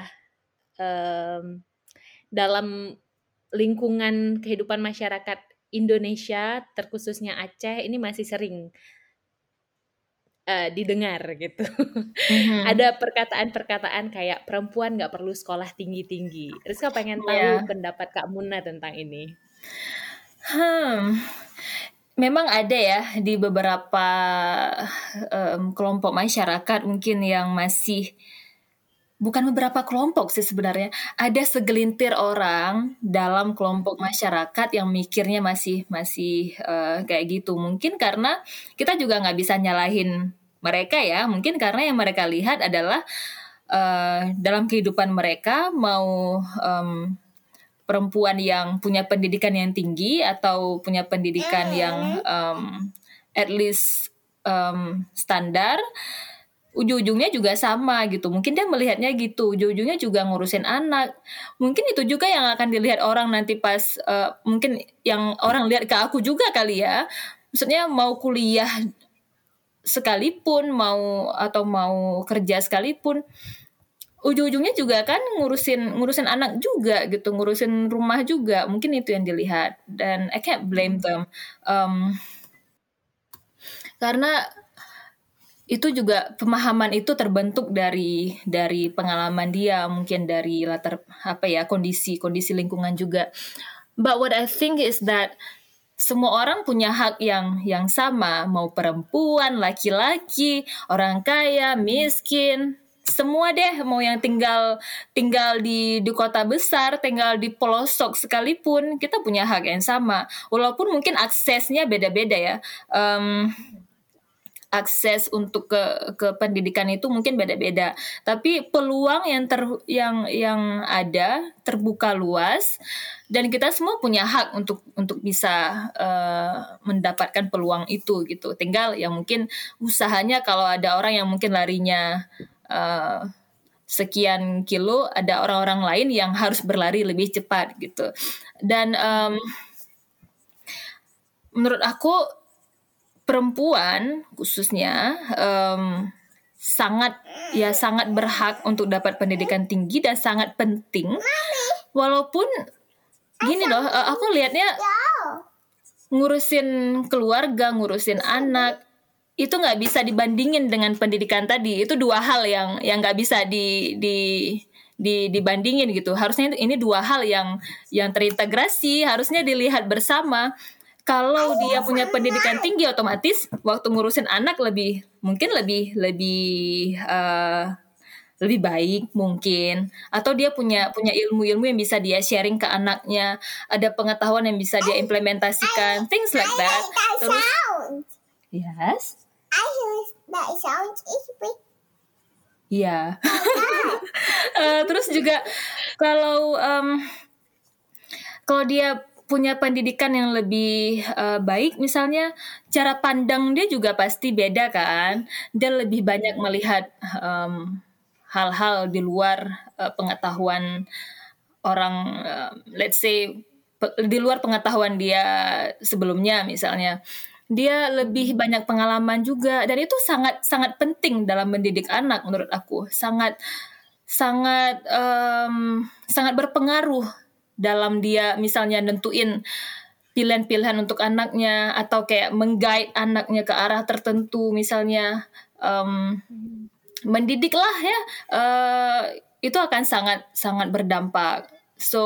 um, dalam lingkungan kehidupan masyarakat Indonesia, terkhususnya Aceh, ini masih sering uh, didengar gitu. Mm-hmm. Ada perkataan-perkataan kayak perempuan nggak perlu sekolah tinggi-tinggi. Terus Kak pengen tahu yeah. pendapat Kak Muna tentang ini. Hmm... Memang ada ya di beberapa um, kelompok masyarakat mungkin yang masih, bukan beberapa kelompok sih sebenarnya, ada segelintir orang dalam kelompok masyarakat yang mikirnya masih masih uh, kayak gitu. Mungkin karena kita juga nggak bisa nyalahin mereka ya, mungkin karena yang mereka lihat adalah uh, dalam kehidupan mereka mau um, perempuan yang punya pendidikan yang tinggi atau punya pendidikan yang um, at least um, standar, ujung-ujungnya juga sama gitu. Mungkin dia melihatnya gitu, ujung-ujungnya juga ngurusin anak. Mungkin itu juga yang akan dilihat orang nanti pas, uh, mungkin yang orang lihat ke aku juga kali ya. Maksudnya mau kuliah sekalipun, mau atau mau kerja sekalipun, ujung-ujungnya juga kan ngurusin ngurusin anak juga gitu, ngurusin rumah juga. Mungkin itu yang dilihat, dan I can't blame them um, karena itu juga pemahaman itu terbentuk dari dari pengalaman dia, mungkin dari latar apa ya kondisi kondisi lingkungan juga. But what I think is that semua orang punya hak yang yang sama, mau perempuan, laki-laki, orang kaya, miskin. Semua deh, mau yang tinggal tinggal di di kota besar, tinggal di pelosok sekalipun, kita punya hak yang sama. Walaupun mungkin aksesnya beda-beda ya. Um, akses untuk ke ke pendidikan itu mungkin beda-beda. Tapi peluang yang ter yang yang ada terbuka luas, dan kita semua punya hak untuk untuk bisa uh, mendapatkan peluang itu gitu. Tinggal ya mungkin usahanya, kalau ada orang yang mungkin larinya Uh, sekian kilo, ada orang-orang lain yang harus berlari lebih cepat gitu. Dan um, menurut aku perempuan khususnya um, sangat ya sangat berhak untuk dapat pendidikan tinggi dan sangat penting. Walaupun gini loh, aku lihatnya ngurusin keluarga, ngurusin anak itu nggak bisa dibandingin dengan pendidikan tadi. Itu dua hal yang yang nggak bisa di di di dibandingin gitu. Harusnya ini dua hal yang yang terintegrasi, harusnya dilihat bersama. Kalau dia punya pendidikan tinggi, otomatis waktu ngurusin anak lebih mungkin lebih lebih uh, lebih baik mungkin, atau dia punya punya ilmu-ilmu yang bisa dia sharing ke anaknya, ada pengetahuan yang bisa dia implementasikan, things like that. That Terus, sound. yes, I hear that sound is big. iya. Eh, terus juga kalau um, kalau dia punya pendidikan yang lebih uh, baik, misalnya cara pandang dia juga pasti beda kan. Dia lebih banyak melihat um, hal-hal di luar uh, pengetahuan orang, uh, let's say pe- di luar pengetahuan dia sebelumnya misalnya. Dia lebih banyak pengalaman juga, dan itu sangat sangat penting dalam mendidik anak menurut aku. Sangat sangat um, sangat berpengaruh dalam dia misalnya nentuin pilihan-pilihan untuk anaknya, atau kayak mengguide anaknya ke arah tertentu misalnya. Um, mendidik lah ya, uh, itu akan sangat sangat berdampak. So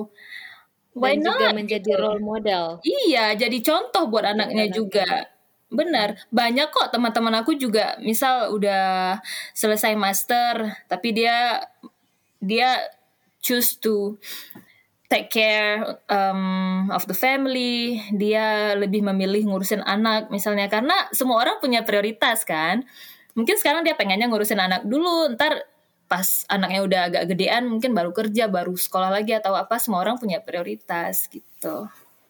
why Dan not juga menjadi gitu. role model. Iya, jadi contoh buat anaknya anaknya. juga. Benar, banyak kok teman-teman aku juga, misal udah selesai master, tapi dia dia choose to take care um, of the family. Dia lebih memilih ngurusin anak misalnya, karena semua orang punya prioritas kan. Mungkin sekarang dia pengennya ngurusin anak dulu, ntar pas anaknya udah agak gedean mungkin baru kerja, baru sekolah lagi atau apa. Semua orang punya prioritas gitu.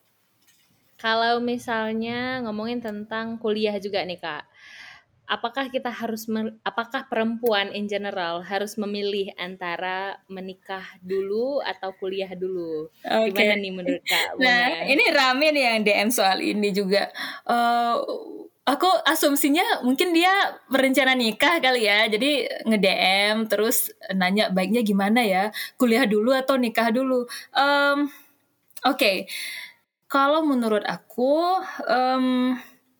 Kalau misalnya ngomongin tentang kuliah juga nih Kak, apakah kita harus me- apakah perempuan in general harus memilih antara menikah dulu atau kuliah dulu? Oke. Gimana nih menurut Kak Nah, Muna? ini rame nih yang D M soal ini juga. Uh, aku asumsinya mungkin dia berencana nikah kali ya. Jadi nge-D M terus nanya baiknya gimana ya? Kuliah dulu atau nikah dulu? Um, Oke. Okay. Kalau menurut aku, um,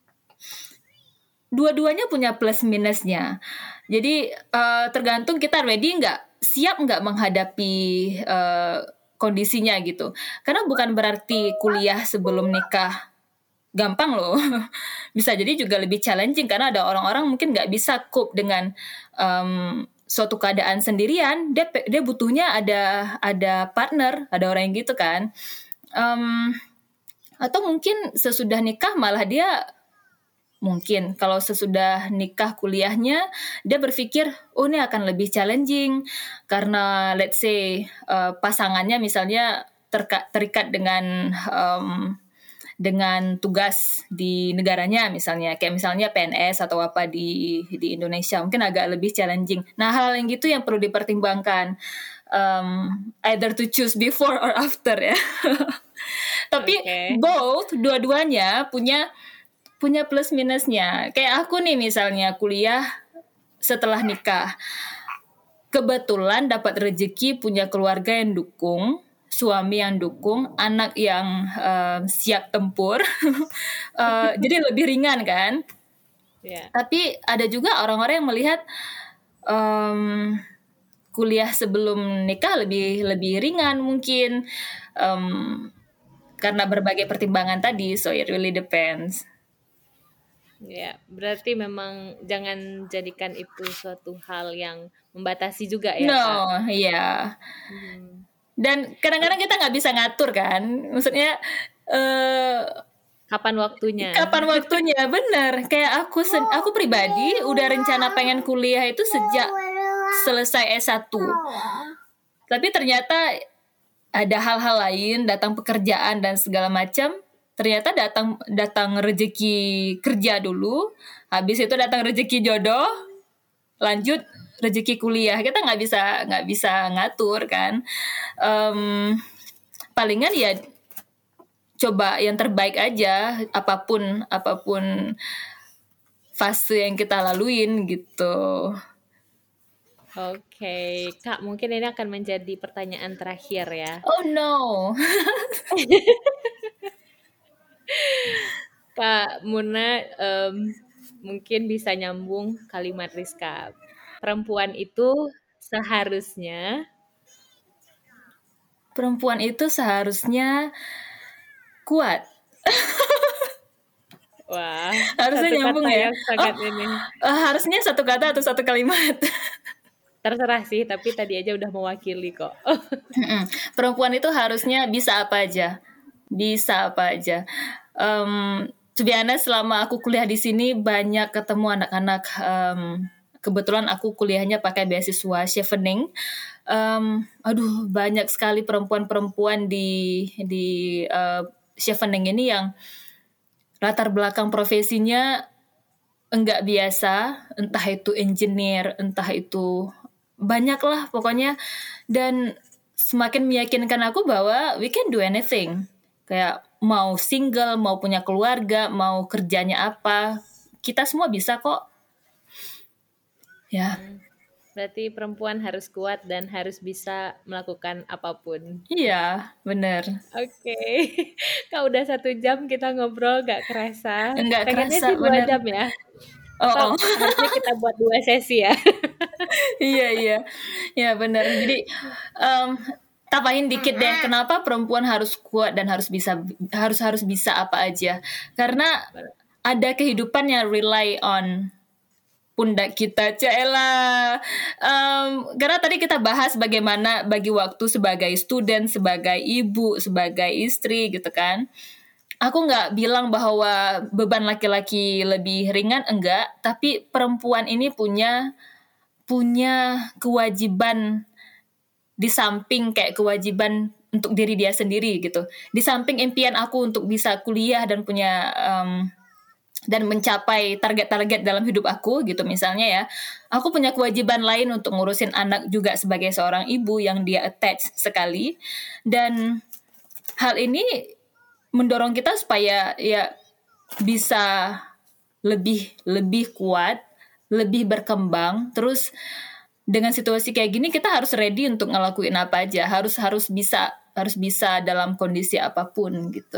dua-duanya punya plus minusnya. Jadi uh, tergantung kita ready nggak, siap nggak menghadapi uh, kondisinya gitu. Karena bukan berarti kuliah sebelum nikah gampang loh. Bisa jadi juga lebih challenging, karena ada orang-orang mungkin nggak bisa cope dengan um, suatu keadaan sendirian. Dia dia butuhnya ada ada partner, ada orang yang gitu kan. Um, atau mungkin sesudah nikah malah dia mungkin kalau sesudah nikah kuliahnya dia berpikir oh ini akan lebih challenging karena let's say uh, pasangannya misalnya terka, terikat dengan um, dengan tugas di negaranya misalnya, kayak misalnya P N S atau apa di di Indonesia, mungkin agak lebih challenging. Nah, hal yang gitu yang perlu dipertimbangkan, um, either to choose before or after ya. Tapi Okay. both dua-duanya punya punya plus minusnya. Kayak aku nih misalnya kuliah setelah nikah, kebetulan dapat rezeki punya keluarga yang dukung, suami yang dukung, anak yang uh, siap tempur, uh, jadi lebih ringan kan. Yeah. Tapi ada juga orang-orang yang melihat um, kuliah sebelum nikah lebih lebih ringan mungkin. Um, karena berbagai pertimbangan tadi, so it really depends. Ya, berarti memang jangan jadikan itu suatu hal yang membatasi juga ya, no, Kak? iya. Hmm. Dan kadang-kadang kita nggak bisa ngatur kan, maksudnya uh, Kapan waktunya? kapan waktunya, bener. Kayak aku sen- aku pribadi udah rencana pengen kuliah itu sejak selesai S satu. Tapi ternyata ada hal-hal lain, datang pekerjaan dan segala macam. Ternyata datang datang rezeki kerja dulu, habis itu datang rezeki jodoh, lanjut rezeki kuliah. Kita nggak bisa nggak bisa ngatur kan. Um, palingan ya coba yang terbaik aja, apapun apapun fase yang kita laluin gitu. Oke, okay. Kak, mungkin ini akan menjadi pertanyaan terakhir ya. Oh no. Kak Muna, um, mungkin bisa nyambung kalimat Rizka. Perempuan itu seharusnya Perempuan itu seharusnya kuat. Wah, harusnya satu nyambung kata ya. yang sangat Oh, ini. uh, harusnya satu kata atau satu kalimat? terserah sih, tapi tadi aja udah mewakili kok. Perempuan itu harusnya bisa apa aja, bisa apa aja. Um, to be honest, selama aku kuliah di sini banyak ketemu anak-anak. Um, kebetulan aku kuliahnya pakai beasiswa chevening. Um, aduh, banyak sekali perempuan-perempuan di di uh, chevening ini yang latar belakang profesinya enggak biasa, entah itu engineer, entah itu banyak lah pokoknya, dan semakin meyakinkan aku bahwa we can do anything. Kayak mau single, mau punya keluarga, mau kerjanya apa, kita semua bisa kok. Ya. Berarti perempuan harus kuat dan harus bisa melakukan apapun. Iya, benar. Oke, okay. Kak udah satu jam kita ngobrol, gak kerasa. Enggak pengennya kerasa, sih dua bener. jam ya. Oh, Atau oh. harusnya kita buat dua sesi ya. Iya iya, ya benar. Jadi um, tambahin dikit deh. Kenapa perempuan harus kuat dan harus bisa harus harus bisa apa aja? Karena ada kehidupan yang rely on pundak kita, Cela. Um, karena tadi kita bahas bagaimana bagi waktu sebagai student, sebagai ibu, sebagai istri, gitu kan. Aku nggak bilang bahwa beban laki-laki lebih ringan, enggak. Tapi perempuan ini punya punya kewajiban di samping kayak kewajiban untuk diri dia sendiri gitu. Di samping impian aku untuk bisa kuliah dan punya um, dan mencapai target-target dalam hidup aku gitu misalnya ya. Aku punya kewajiban lain untuk ngurusin anak juga sebagai seorang ibu yang dia attach sekali. Dan hal ini mendorong kita supaya ya bisa lebih lebih kuat, lebih berkembang. Terus dengan situasi kayak gini kita harus ready untuk ngelakuin apa aja, harus harus bisa harus bisa dalam kondisi apapun gitu.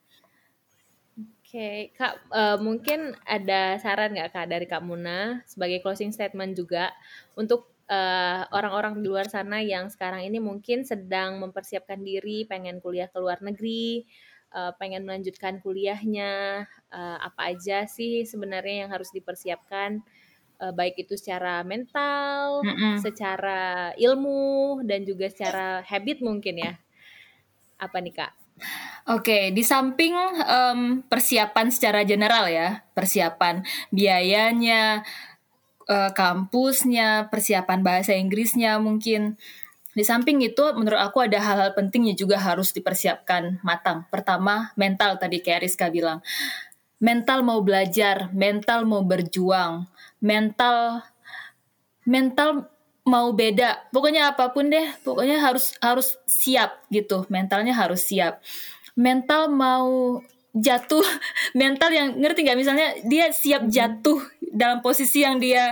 Oke, okay. Kak, uh, mungkin ada saran nggak Kak dari Kak Muna sebagai closing statement juga untuk uh, orang-orang di luar sana yang sekarang ini mungkin sedang mempersiapkan diri, pengen kuliah ke luar negeri, uh, pengen melanjutkan kuliahnya, uh, apa aja sih sebenarnya yang harus dipersiapkan, uh, baik itu secara mental, Mm-mm. secara ilmu, dan juga secara habit mungkin ya. Apa nih Kak? Oke, okay, di samping um, persiapan secara general ya, persiapan biayanya, uh, kampusnya, persiapan bahasa Inggrisnya mungkin. Di samping itu menurut aku ada hal-hal penting yang juga harus dipersiapkan matang. Pertama, mental tadi kayak Rizka bilang. Mental mau belajar, mental mau berjuang, mental mental mau beda, pokoknya apapun deh, pokoknya harus harus siap gitu, mentalnya harus siap. Mental mau jatuh, mental yang ngerti nggak, misalnya dia siap jatuh dalam posisi yang dia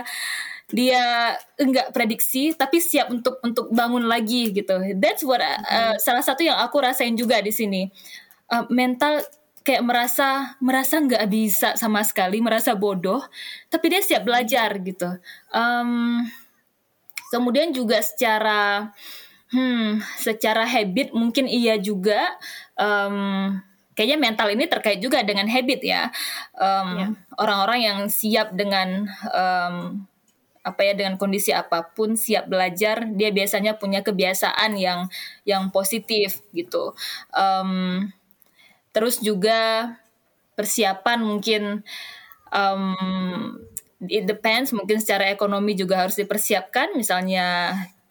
dia enggak prediksi, tapi siap untuk untuk bangun lagi gitu. That's what uh, salah satu yang aku rasain juga di sini. Uh, mental kayak merasa merasa nggak bisa sama sekali, merasa bodoh, tapi dia siap belajar gitu. Um, Kemudian juga secara hmm, secara habit mungkin iya juga. Um, kayaknya mental ini terkait juga dengan habit ya. Um, yeah. Orang-orang yang siap dengan um, apa ya dengan kondisi apapun, siap belajar, dia biasanya punya kebiasaan yang yang positif gitu. Um, terus juga persiapan mungkin. Um, It depends, mungkin secara ekonomi juga harus dipersiapkan, misalnya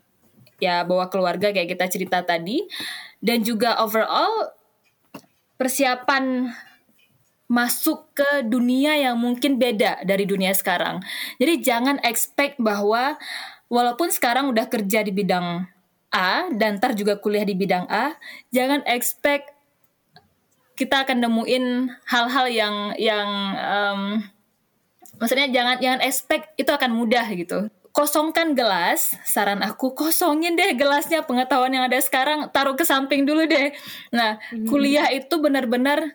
ya bawa keluarga kayak kita cerita tadi, dan juga overall persiapan masuk ke dunia yang mungkin beda dari dunia sekarang. Jadi jangan expect bahwa walaupun sekarang udah kerja di bidang A dan ntar juga kuliah di bidang A, jangan expect kita akan nemuin hal-hal yang yang um, maksudnya jangan jangan expect itu akan mudah gitu. Kosongkan gelas, saran aku kosongin deh gelasnya, pengetahuan yang ada sekarang taruh ke samping dulu deh. Nah, hmm. kuliah itu benar-benar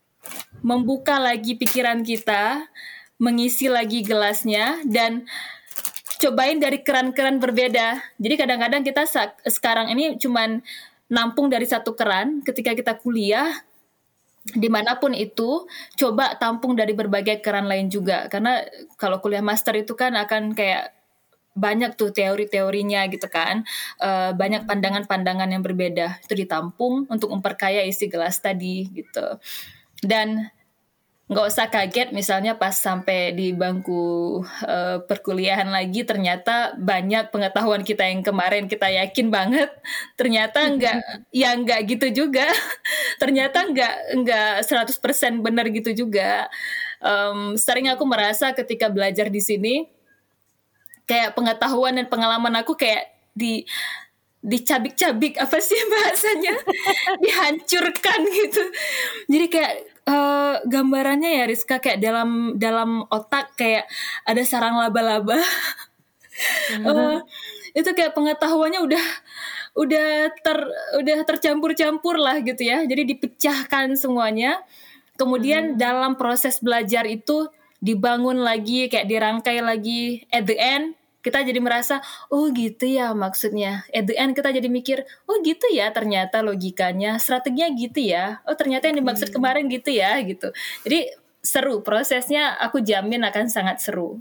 membuka lagi pikiran kita, mengisi lagi gelasnya, dan cobain dari keran-keran berbeda. Jadi kadang-kadang kita sekarang ini cuman nampung dari satu keran. Ketika kita kuliah dimanapun itu, coba tampung dari berbagai keran lain juga, karena kalau kuliah master itu kan akan kayak banyak tuh teori-teorinya gitu kan, uh, banyak pandangan-pandangan yang berbeda itu ditampung untuk memperkaya isi gelas tadi gitu. Dan nggak usah kaget misalnya pas sampai di bangku uh, perkuliahan lagi ternyata banyak pengetahuan kita yang kemarin kita yakin banget ternyata nggak ya nggak gitu juga ternyata nggak nggak seratus persen benar gitu juga. Um, sering aku merasa ketika belajar di sini kayak pengetahuan dan pengalaman aku kayak di dicabik-cabik apa sih bahasanya dihancurkan gitu. Jadi kayak uh, gambarannya ya Rizka kayak dalam dalam otak kayak ada sarang laba-laba. uh, itu kayak pengetahuannya udah udah ter udah tercampur-campur lah gitu ya. Jadi dipecahkan semuanya. Kemudian hmm. dalam proses belajar itu dibangun lagi kayak dirangkai lagi. At the end kita jadi merasa, oh gitu ya maksudnya. At the end kita jadi mikir, oh gitu ya ternyata logikanya, strateginya gitu ya. Oh ternyata yang dimaksud hmm. kemarin gitu ya gitu. Jadi seru, prosesnya aku jamin akan sangat seru.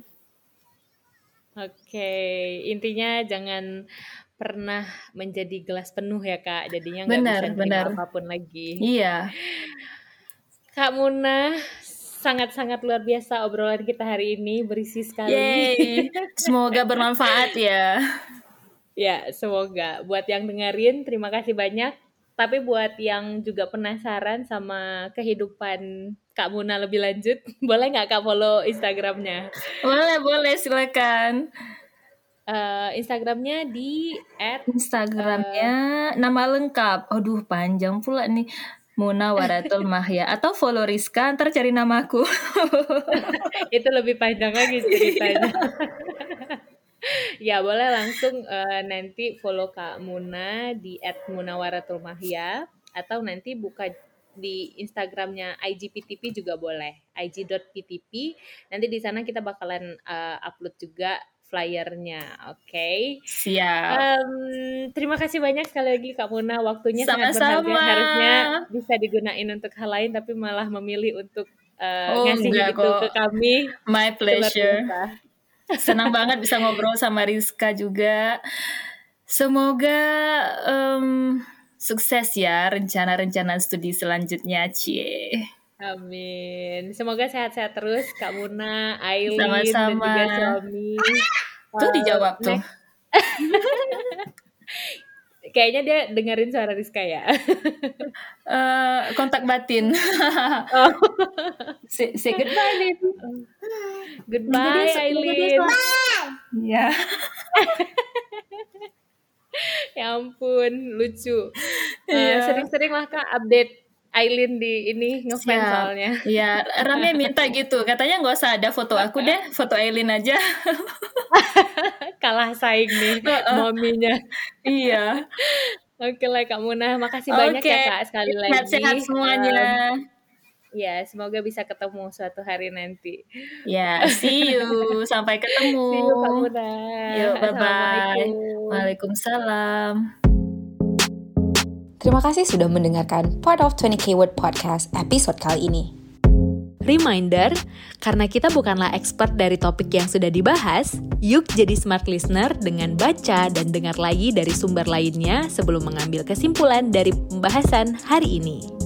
Oke, intinya jangan pernah menjadi gelas penuh ya Kak. Jadinya nggak bisa terima apapun lagi. Iya. Kak Muna, sangat-sangat luar biasa obrolan kita hari ini, berisi sekali. Yeay, semoga bermanfaat ya. Ya, semoga. Buat yang dengerin, terima kasih banyak. Tapi buat yang juga penasaran sama kehidupan Kak Muna lebih lanjut, boleh nggak Kak follow Instagramnya? Boleh, boleh, silakan. Uh, Instagramnya di at, Instagramnya uh, nama lengkap. Aduh, panjang pula nih. Munawaratul Mahya atau follow Rizka ntar cari namaku. Itu lebih panjang lagi ceritanya. Ya boleh langsung uh, nanti follow Kak Muna di at munawaratul mahya atau nanti buka di Instagramnya I G P T P juga boleh, I G dot P T P. Nanti di sana kita bakalan uh, upload juga flyernya, oke? Okay? Siap. Um, terima kasih banyak sekali lagi Kak Muna, waktunya Sama-sama. sangat berharga. Harusnya bisa digunain untuk hal lain, tapi malah memilih untuk uh, oh, ngasih itu kok. ke kami. My pleasure. Senang banget bisa ngobrol sama Rizka juga. Semoga um, sukses ya rencana-rencana studi selanjutnya, Cie. Amin. Semoga sehat-sehat terus Kak Muna, Aileen, sama-sama. dan juga suami. Tuh uh, dijawab tuh. Kayaknya dia dengerin suara Rizka ya. uh, kontak batin. oh. say, say goodbye, Lin. Goodbye, Aileen. Ya. Ya ampun, lucu. Uh, yeah. Sering-sering lah Kak update Aileen di ini ngefans soalnya. Iya, Rame minta gitu. Katanya nggak usah ada foto aku deh, foto Aileen aja. Kalah saing nih maminya. Iya. Oke lah Kak Muna, makasih okay. banyak ya Kak sekali lagi. Sehat-sehat semuanya. Um, ya, semoga bisa ketemu suatu hari nanti. Ya, see you. Sampai ketemu. See you Kak Muna. Yuk, bye-bye. Waalaikumsalam. Terima kasih sudah mendengarkan Part of twenty K Word Podcast episode kali ini. Reminder, karena kita bukanlah expert dari topik yang sudah dibahas, yuk jadi smart listener dengan baca dan dengar lagi dari sumber lainnya sebelum mengambil kesimpulan dari pembahasan hari ini.